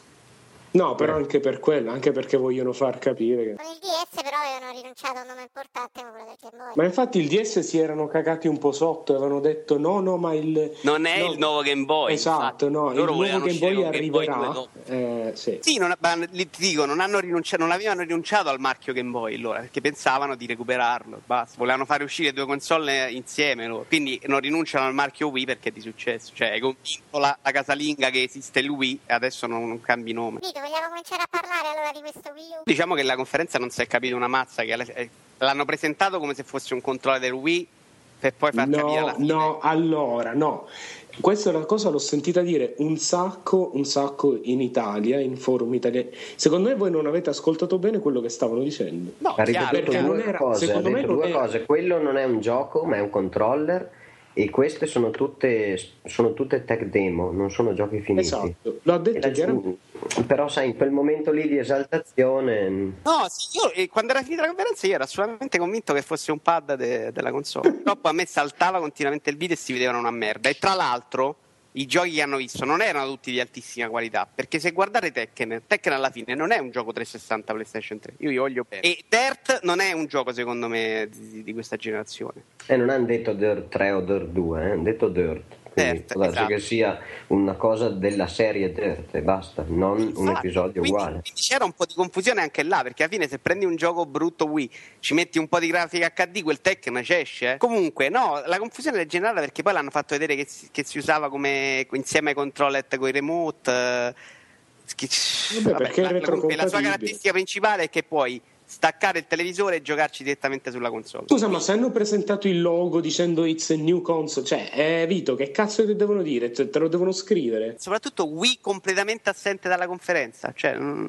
S5: No, però anche per quello, anche perché vogliono far capire che...
S4: Con il D S però avevano rinunciato a un nome importante come quello del Game Boy.
S5: Ma infatti il D S si erano cagati un po' sotto, avevano detto no, no, ma il...
S6: Non è
S5: no,
S6: il nuovo Game Boy.
S5: Esatto,
S6: infatti.
S5: no, il
S6: Loro
S5: nuovo
S6: volevano
S5: Game
S6: uscire
S5: Boy
S6: con Game Boy
S5: arriverà.
S6: due dopo.
S5: Eh, sì.
S6: Sì, non, ma li- ti dico, non hanno rinunciato, non avevano rinunciato al marchio Game Boy loro, perché pensavano di recuperarlo, basta. Volevano fare uscire due console insieme loro. Quindi non rinunciano al marchio Wii perché è di successo. Cioè, hai convinto la, la casalinga che esiste il Wii e adesso non, non cambi nome.
S4: Vito, vogliamo cominciare a parlare allora di questo Wii U?
S6: Diciamo che la conferenza non si è capito una mazza, che alla- eh, l'hanno presentato come se fosse un controller del Wii per poi far capire alla
S5: No,
S6: fine.
S5: no, allora, no. Questa è una cosa l'ho sentita dire un sacco, un sacco in Italia, in forum italiani. Secondo me voi non avete ascoltato bene quello che stavano dicendo.
S6: No,
S7: Ha
S6: chiaro,
S7: ripetuto
S5: perché
S6: chiaro.
S5: non
S7: due
S5: era-
S7: cose, ha
S5: secondo me
S7: detto
S5: non
S7: due
S5: era-
S7: cose, quello non è un gioco ma è un controller, e queste sono tutte, sono tutte tech demo, non sono giochi finiti.
S5: Esatto, l'ho
S7: E
S5: detto
S7: la-
S5: chiaramente.
S7: però sai, in quel momento lì di esaltazione
S6: No, sì, io eh, quando era finita la conferenza io ero assolutamente convinto che fosse un pad de- della console. Purtroppo a me saltava continuamente il video e si vedevano una merda. E tra l'altro i giochi che hanno visto non erano tutti di altissima qualità, perché se guardate Tekken, Tekken alla fine non è un gioco trecentosessanta PlayStation tre, io vi voglio bene. E Dirt non è un gioco secondo me di, di questa generazione.
S7: e non hanno detto Dirt tre o Dirt due, eh, hanno detto Dirt. Quindi
S6: Dirt,
S7: può darsi
S6: esatto.
S7: che sia una cosa della serie Dirt e basta, non un
S6: Infatti,
S7: episodio
S6: quindi,
S7: uguale.
S6: quindi c'era un po' di confusione anche là, perché alla fine se prendi un gioco brutto Wii, ci metti un po' di grafica acca di, quel Tekken ci esce. eh. Comunque, no, la confusione è generata perché poi l'hanno fatto vedere che si, che si usava come insieme ai controller con i remote. eh, che-
S5: Vabbè, perché è
S6: la, la- comunque la sua
S5: retrocompatibile.
S6: caratteristica principale è che puoi staccare il televisore e giocarci direttamente sulla console.
S5: Scusa, ma se hanno presentato il logo dicendo it's a new console, cioè, eh, Vito, che cazzo ti devono dire? Cioè, te lo devono scrivere?
S6: Soprattutto Wii completamente assente dalla conferenza, cioè mm,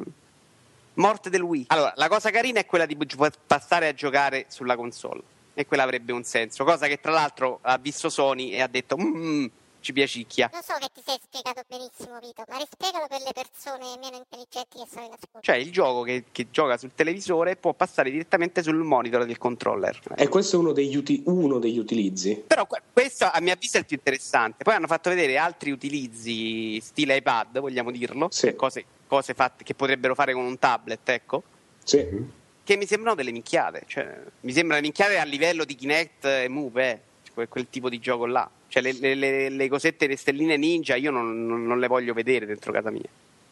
S6: morte del Wii. Allora, la cosa carina è quella di gi- passare a giocare sulla console, e quella avrebbe un senso, cosa che tra l'altro ha visto Sony e ha detto "Mm, ci piacicchia".
S4: Lo so che ti sei spiegato benissimo, Vito, ma rispiegalo per le persone meno intelligenti che sono in ascolto.
S6: Cioè il gioco che, che gioca sul televisore può passare direttamente sul monitor del controller.
S5: E questo è uno degli, uti- uno degli utilizzi.
S6: Però que- questo a mio avviso è il più interessante. Poi hanno fatto vedere altri utilizzi stile iPad, vogliamo dirlo,
S5: Sì.
S6: cioè cose, cose fatte che potrebbero fare con un tablet, ecco,
S5: Sì.
S6: che mi sembrano delle minchiate. Cioè, mi sembrano minchiate a livello di Kinect e Move, eh, quel, quel tipo di gioco là. Cioè le, le- le- le cosette, le stelline ninja, io non, non- non le voglio vedere dentro casa mia.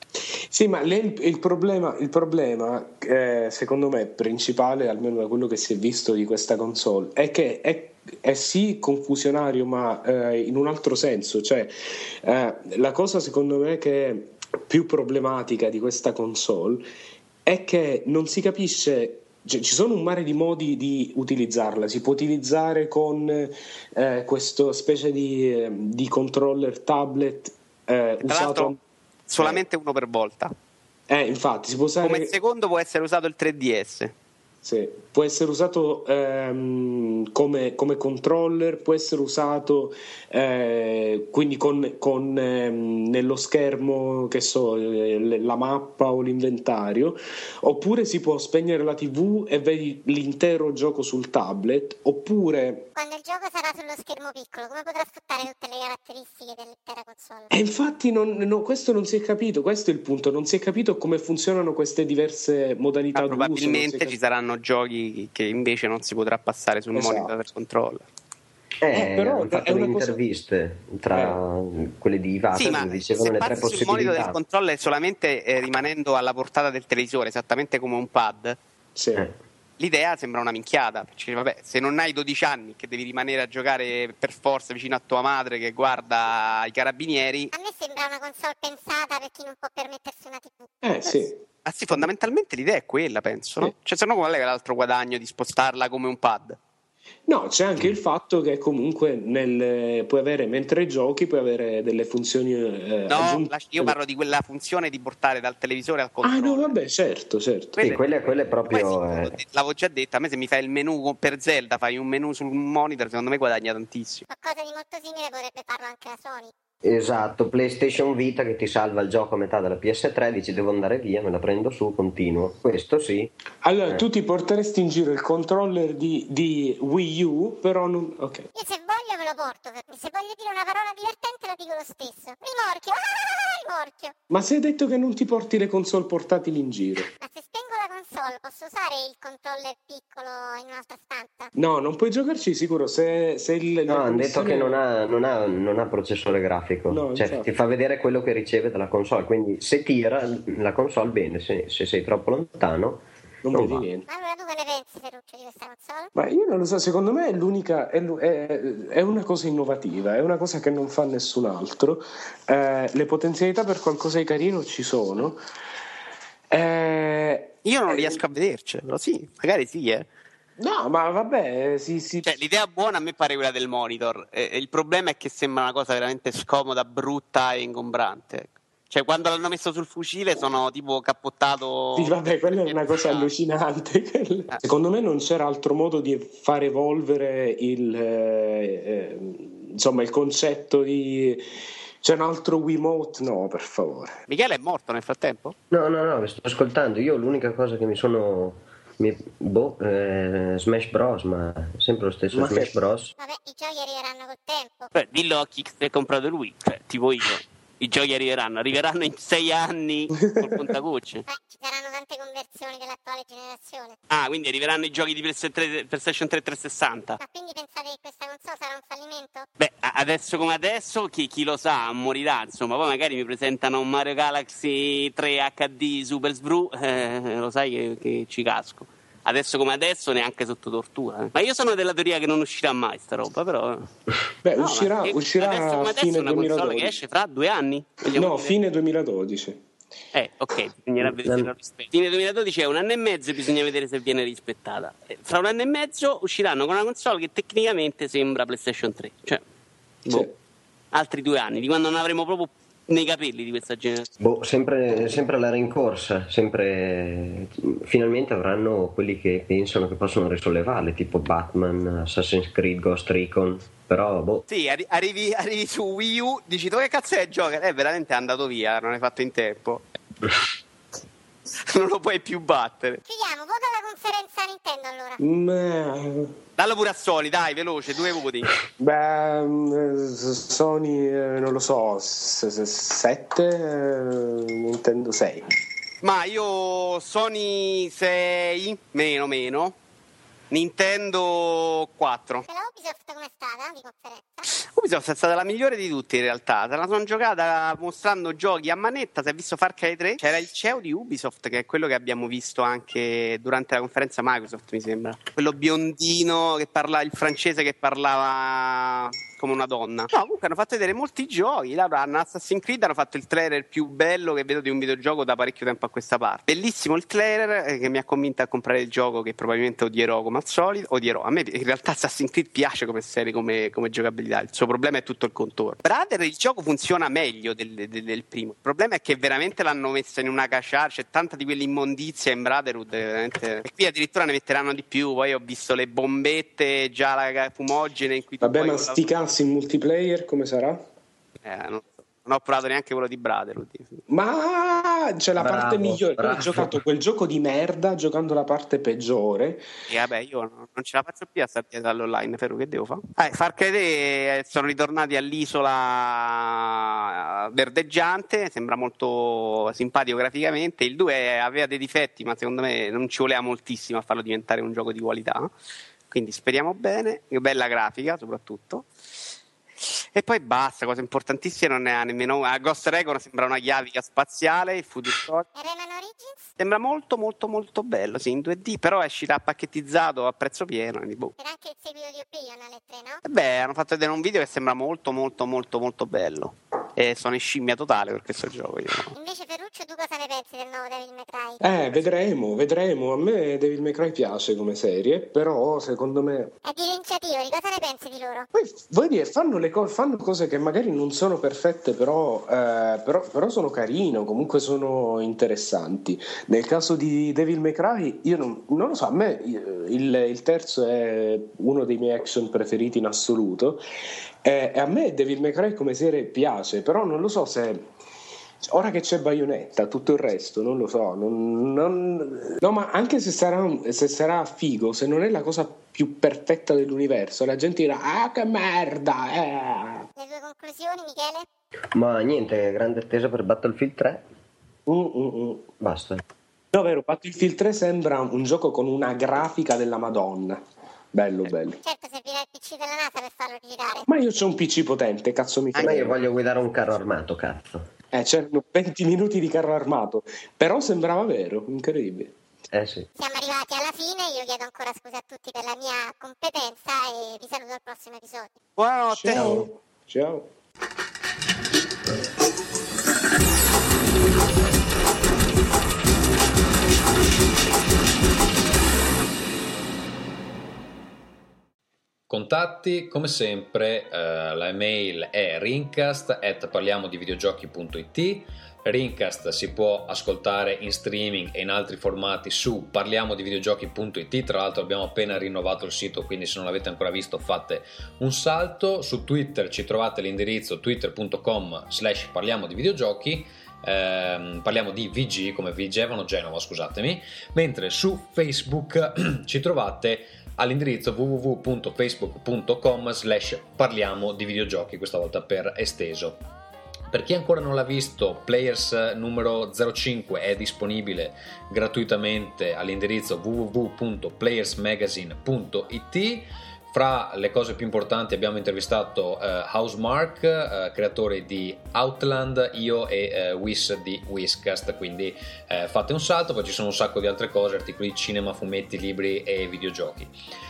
S5: Sì, ma lei- il, il problema, il problema eh, secondo me principale, almeno da quello che si è visto di questa console, è che è, è sì confusionario, ma eh, in un altro senso. Cioè, eh, la cosa secondo me che è più problematica di questa console è che non si capisce. Cioè, ci sono un mare di modi di utilizzarla. Si può utilizzare con eh, questo specie di, eh, di controller tablet eh,
S6: Tra l'altro
S5: usato
S6: solamente uno per volta.
S5: eh, infatti si può usare
S6: Come secondo può essere usato il tre D S.
S5: Sì, può essere usato ehm, come, come controller, può essere usato eh, quindi con, con ehm, nello schermo, che so, eh, la mappa o l'inventario, oppure si può spegnere la tivù e vedi l'intero gioco sul tablet, oppure...
S4: Quando il gioco sarà sullo schermo piccolo, come potrà sfruttare tutte le caratteristiche dell'intera console?
S5: E infatti non, no, questo non si è capito, questo è il punto, non si è capito come funzionano queste diverse modalità
S6: Ma
S5: d'uso.
S6: probabilmente
S5: non si è
S6: ci saranno giochi che invece non si potrà passare sul
S5: Esatto.
S6: monitor del controller.
S7: Eh,
S5: Eh, però
S7: hanno
S5: è
S7: fatto
S5: una
S7: le
S5: cosa-
S7: interviste tra quelle di Iwata,
S6: Sì, ma
S7: dove dicevano
S6: se
S7: le tre
S6: passi sul monitor
S7: possibilità.
S6: del controller solamente eh, rimanendo alla portata del televisore, esattamente come un pad,
S5: Sì.
S7: Eh.
S6: l'idea sembra una minchiata. Cioè, vabbè, se non hai dodici anni che devi rimanere a giocare per forza vicino a tua madre che guarda i carabinieri,
S4: A me sembra una console pensata per chi non può permettersi una tivù.
S5: Eh sì.
S6: ah sì, fondamentalmente l'idea è quella, penso, no?
S5: Sì.
S6: Cioè, se no qual è l'altro guadagno di spostarla come un pad?
S5: No, c'è anche il fatto che comunque nel, puoi avere, mentre giochi, puoi avere delle funzioni eh,
S6: No,
S5: aggiuntive.
S6: lasci- io parlo di quella funzione di portare dal televisore al
S5: Ah
S6: controller.
S5: no, vabbè, certo, certo.
S7: Sì, quella, quella è proprio...
S6: Poi, sì,
S7: eh,
S6: l'avevo già detto, a me se mi fai il menu per Zelda, fai un menu sul monitor, secondo me guadagna tantissimo.
S4: Qualcosa di molto simile potrebbe farlo anche la Sony.
S7: Esatto, PlayStation Vita che ti salva il gioco a metà della P S tre, dici devo andare via, me la prendo su, continuo. Questo sì.
S5: Allora,
S7: Eh.
S5: tu ti porteresti in giro il controller di, di Wii U, però non... Ok.
S4: Io se voglio me lo porto, perché se voglio dire una parola divertente lo dico lo stesso. Rimorchio, ah, rimorchio.
S5: Ma se hai detto che non ti porti le console portatili in giro?
S4: Ma se spengo la console posso usare il controller piccolo in un'altra stanza?
S5: No, non puoi giocarci sicuro se, se il...
S7: No,
S5: la
S7: hanno detto
S5: connessione-
S7: che non ha, non ha, non ha processore grafico,
S5: No,
S7: cioè
S5: infatti.
S7: ti fa vedere quello che riceve dalla console, quindi se tira la console bene, se, se sei troppo lontano
S5: Non
S7: non
S5: vedi
S7: va.
S5: niente.
S4: Ma allora tu che ne pensi, Ferruccio, di questa console?
S5: Ma io non lo so, secondo me è l'unica, è, l'u- è- è una cosa innovativa, è una cosa che non fa nessun altro. Eh, le potenzialità per qualcosa di carino ci sono. Eh,
S6: Io non
S5: eh,
S6: riesco a vedercelo, sì, magari sì, eh.
S5: No, ma vabbè, si, si...
S6: Cioè, l'idea buona a me pare quella del monitor. E, e il problema è che sembra una cosa veramente scomoda, brutta e ingombrante. ecco. Cioè, quando l'hanno messo sul fucile sono tipo cappottato.
S5: Sì, vabbè, quella è una cosa allucinante.
S6: Eh.
S5: Secondo me non c'era altro modo di far evolvere il, eh, eh, insomma, il concetto di... C'è un altro Wiimote? No, per favore.
S6: Michele è morto nel frattempo?
S7: No, no, no, sto ascoltando, io l'unica cosa che mi sono... Mi, boh, eh, Smash Bros, ma sempre lo stesso
S5: Ma
S7: Smash
S5: che-
S7: Bros.
S4: Vabbè, i giochi arriveranno col tempo.
S6: Beh, dillo a chi si è comprato lui, cioè, tipo io. I giochi arriveranno, arriveranno in sei anni col contagocce.
S4: Eh, ci saranno tante conversioni dell'attuale generazione.
S6: Ah, quindi arriveranno i giochi di PlayStation tre trecentosessanta.
S4: Ma quindi pensate che questa console sarà un fallimento?
S6: Beh, a- adesso come adesso, chi, chi lo sa, morirà, insomma. Poi magari mi presentano un Mario Galaxy tre acca di Super Sbru, eh, lo sai che, che ci casco. Adesso come adesso neanche sotto tortura. eh. Ma io sono della teoria che non uscirà mai sta roba, però...
S5: Beh,
S6: No,
S5: uscirà,
S6: ma che-
S5: uscirà
S6: adesso come
S5: a
S6: adesso
S5: fine
S6: è una console che
S5: duemiladodici.
S6: esce fra due anni? Vogliamo
S5: No,
S6: dire?
S5: fine duemiladodici.
S6: Eh, ok, bisognerà vedere se lo rispetta. Fine duemiladodici è un anno e mezzo e bisogna vedere se viene rispettata. Eh, Fra un anno e mezzo usciranno con una console che tecnicamente sembra PlayStation tre. Cioè, boh,
S5: Sì.
S6: altri due anni, di quando non avremo proprio nei capelli di questa generazione.
S7: Boh, sempre, sempre alla rincorsa, sempre finalmente avranno quelli che pensano che possono risollevarle, tipo Batman, Assassin's Creed, Ghost Recon, però boh.
S6: Sì, arri- arrivi, arrivi su Wii U, dici dove cazzo è il gioco? Eh, veramente è andato via, non hai fatto in tempo. Non lo puoi più battere.
S4: Chiudiamo, voto alla conferenza Nintendo allora.
S5: Ma,
S6: Dallo pure a Sony, dai, veloce, due voti.
S5: beh, mm, Sony, eh, non lo so, sette, Nintendo sei.
S6: Ma io Sony sei, meno meno, Nintendo quattro.
S4: E la Ubisoft com'è stata di conferenza?
S6: Ubisoft è stata la migliore di tutti in realtà, se la sono giocata mostrando giochi a manetta, si è visto Far Cry tre, c'era il C E O di Ubisoft che è quello che abbiamo visto anche durante la conferenza Microsoft mi sembra, quello biondino che parla, il francese che parlava come una donna. No, comunque hanno fatto vedere molti giochi. Allora, hanno Assassin's Creed hanno fatto il trailer più bello che vedo di un videogioco da parecchio tempo a questa parte. Bellissimo il trailer, eh, che mi ha convinto a comprare il gioco, che probabilmente odierò come al solito. Odierò. A me in realtà Assassin's Creed piace come serie, come, come giocabilità. Il suo problema è tutto il contorno. Brother, il gioco funziona meglio del, del, del primo. Il problema è che veramente l'hanno messa in una caciara, c'è tanta di quell'immondizia in Brotherhood, veramente. E qui addirittura ne metteranno di più. Poi ho visto le bombette già la fumogene in cui tu
S5: Vabbè,
S6: poi
S5: ma sti cazzi in multiplayer come sarà?
S6: Eh, non, non ho provato neanche quello di Brotherhood.
S5: Ma c'è la
S7: Bravo,
S5: parte migliore.
S7: bravo.
S5: Io ho giocato quel gioco di merda giocando la parte peggiore.
S6: E vabbè, io non, non ce la faccio più a stare dall'online, Ferro, che devo fare? Eh, Far Cry tre sono ritornati all'isola verdeggiante, sembra molto simpatico graficamente. Il due aveva dei difetti, ma secondo me non ci voleva moltissimo a farlo diventare un gioco di qualità. Quindi speriamo bene, bella grafica soprattutto. E poi basta, cosa importantissima non ne ha nemmeno. A Ghost Recon sembra una chiavica spaziale, il Future Story
S4: E Rayman Origins?
S6: sembra molto molto molto bello, sì, in due D, però uscirà pacchettizzato a prezzo pieno, quindi boh.
S4: Era anche il seguito di Oblivion alle tre, no?
S6: E beh, hanno fatto vedere un video che sembra molto molto molto molto bello. E sono in scimmia totale per questo gioco io.
S4: Invece Ferruccio, tu cosa ne pensi del nuovo Devil May Cry?
S5: Eh, vedremo, vedremo. A me Devil May Cry piace come serie, però secondo me...
S4: È di Linciativoli, cosa ne pensi di loro?
S5: Poi, voglio dire, fanno, le co- fanno cose che magari non sono perfette, però, eh, però, però sono carine, comunque sono interessanti. Nel caso di Devil May Cry, io non, non lo so, a me il, il terzo è uno dei miei action preferiti in assoluto. E a me Devil May Cry come serie piace, però non lo so se ora che c'è Bayonetta, tutto il resto non lo so, non, non... no, ma anche se sarà, se sarà figo, se non è la cosa più perfetta dell'universo, la gente dirà ah che merda, eh.
S4: Le tue conclusioni, Michele?
S7: Ma niente, grande attesa per Battlefield tre.
S5: Mm, mm, mm.
S7: Basta.
S5: No, vero, Battlefield tre sembra un gioco con una grafica della Madonna. Bello, bello.
S4: Certo, servirà il P C della NASA per farlo girare.
S5: Ma io c'ho un P C potente, cazzo mi
S7: Ma io
S5: frega.
S7: voglio guidare un carro armato, cazzo.
S5: Eh, c'erano venti minuti di carro armato, però sembrava vero, incredibile.
S7: Eh sì.
S4: Siamo arrivati alla fine, io chiedo ancora scusa a tutti per la mia competenza e vi saluto al prossimo episodio.
S6: Buonanotte.
S5: Ciao. Ciao.
S2: Contatti, come sempre, eh, la email è rincast at parliamodivideogiochi.it. Rincast si può ascoltare in streaming e in altri formati su parliamodivideogiochi.it. Tra l'altro abbiamo appena rinnovato il sito, quindi se non l'avete ancora visto fate un salto. Su Twitter ci trovate l'indirizzo twitter punto com slash parliamo di videogiochi. Eh, parliamo di V G come Vigevano Genova, scusatemi. Mentre su Facebook ci trovate all'indirizzo w w w punto facebook punto com slash parliamo di videogiochi, questa volta per esteso. Per chi ancora non l'ha visto, Players numero zero cinque è disponibile gratuitamente all'indirizzo w w w punto players magazine punto i t. Fra le cose più importanti abbiamo intervistato uh, Housemark, uh, creatore di Outland, io e uh, Wiz di Wizcast, quindi uh, fate un salto, poi ci sono un sacco di altre cose, articoli di cinema, fumetti, libri e videogiochi.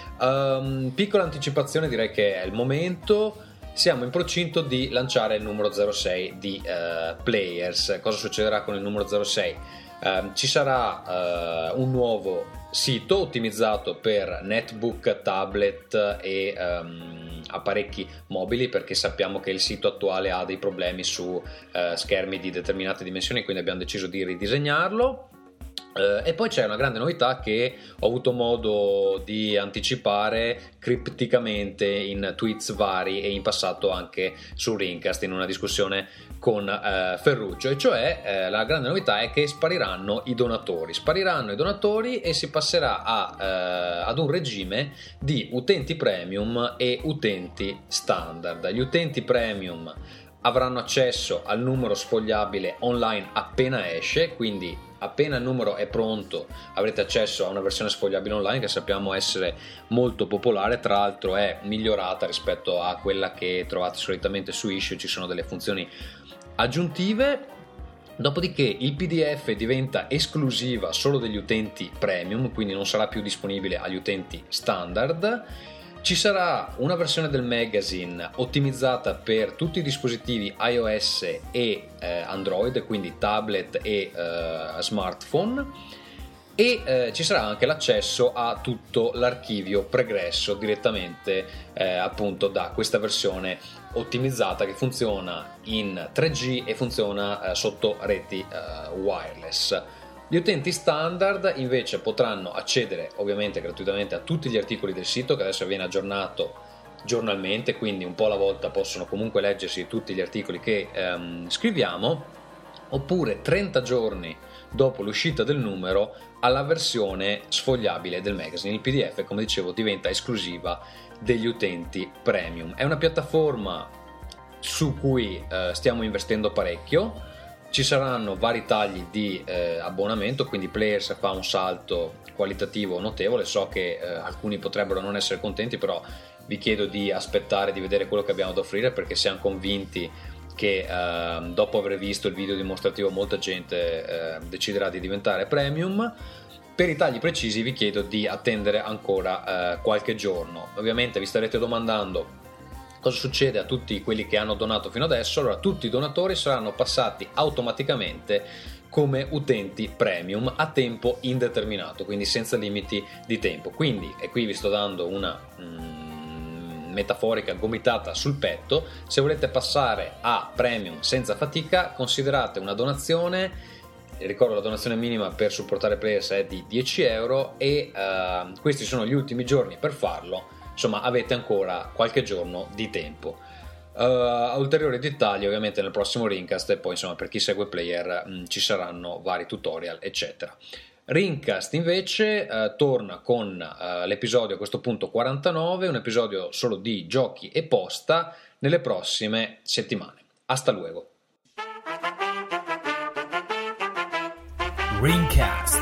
S2: Um, piccola anticipazione, direi che è il momento. Siamo in procinto di lanciare il numero zero sei di uh, Players. Cosa succederà con il numero zero sei? Uh, ci sarà uh, un nuovo sito ottimizzato per netbook, tablet e um, apparecchi mobili, perché sappiamo che il sito attuale ha dei problemi su uh, schermi di determinate dimensioni, quindi abbiamo deciso di ridisegnarlo. Uh, e poi c'è una grande novità che ho avuto modo di anticipare cripticamente in tweets vari e in passato anche su Rincast in una discussione con uh, Ferruccio, e cioè uh, la grande novità è che spariranno i donatori spariranno i donatori e si passerà a, uh, ad un regime di utenti premium e utenti standard. Gli utenti premium avranno accesso al numero sfogliabile online appena esce, quindi appena il numero è pronto avrete accesso a una versione sfogliabile online che sappiamo essere molto popolare, tra l'altro è migliorata rispetto a quella che trovate solitamente su Issue, ci sono delle funzioni aggiuntive. Dopodiché il P D F diventa esclusiva solo degli utenti premium, quindi non sarà più disponibile agli utenti standard. Ci sarà una versione del magazine ottimizzata per tutti i dispositivi iOS e eh, Android, quindi tablet e eh, smartphone, e eh, ci sarà anche l'accesso a tutto l'archivio pregresso direttamente eh, appunto da questa versione ottimizzata che funziona in tre G e funziona eh, sotto reti eh, wireless. Gli utenti standard invece potranno accedere ovviamente gratuitamente a tutti gli articoli del sito, che adesso viene aggiornato giornalmente, quindi un po' alla volta possono comunque leggersi tutti gli articoli che ehm, scriviamo, oppure trenta giorni dopo l'uscita del numero alla versione sfogliabile del magazine. Il P D F, come dicevo, diventa esclusiva degli utenti premium. È una piattaforma su cui eh, stiamo investendo parecchio. Ci saranno vari tagli di eh, abbonamento, quindi Players fa un salto qualitativo notevole. So che eh, alcuni potrebbero non essere contenti, però vi chiedo di aspettare di vedere quello che abbiamo da offrire, perché siamo convinti che eh, dopo aver visto il video dimostrativo molta gente eh, deciderà di diventare premium. Per i tagli precisi vi chiedo di attendere ancora eh, qualche giorno. Ovviamente vi starete domandando cosa succede a tutti quelli che hanno donato fino adesso. Allora, tutti i donatori saranno passati automaticamente come utenti premium a tempo indeterminato, quindi senza limiti di tempo. Quindi, e qui vi sto dando una mm, metaforica gomitata sul petto, se volete passare a premium senza fatica, considerate una donazione. Ricordo, la donazione minima per supportare Players è di dieci euro e uh, questi sono gli ultimi giorni per farlo. Insomma, avete ancora qualche giorno di tempo. Uh, ulteriori dettagli ovviamente nel prossimo Rincast, e poi insomma per chi segue Player mh, ci saranno vari tutorial eccetera. Rincast invece uh, torna con uh, l'episodio a questo punto quarantanove, un episodio solo di giochi e posta nelle prossime settimane. Hasta luego.
S8: Rincast.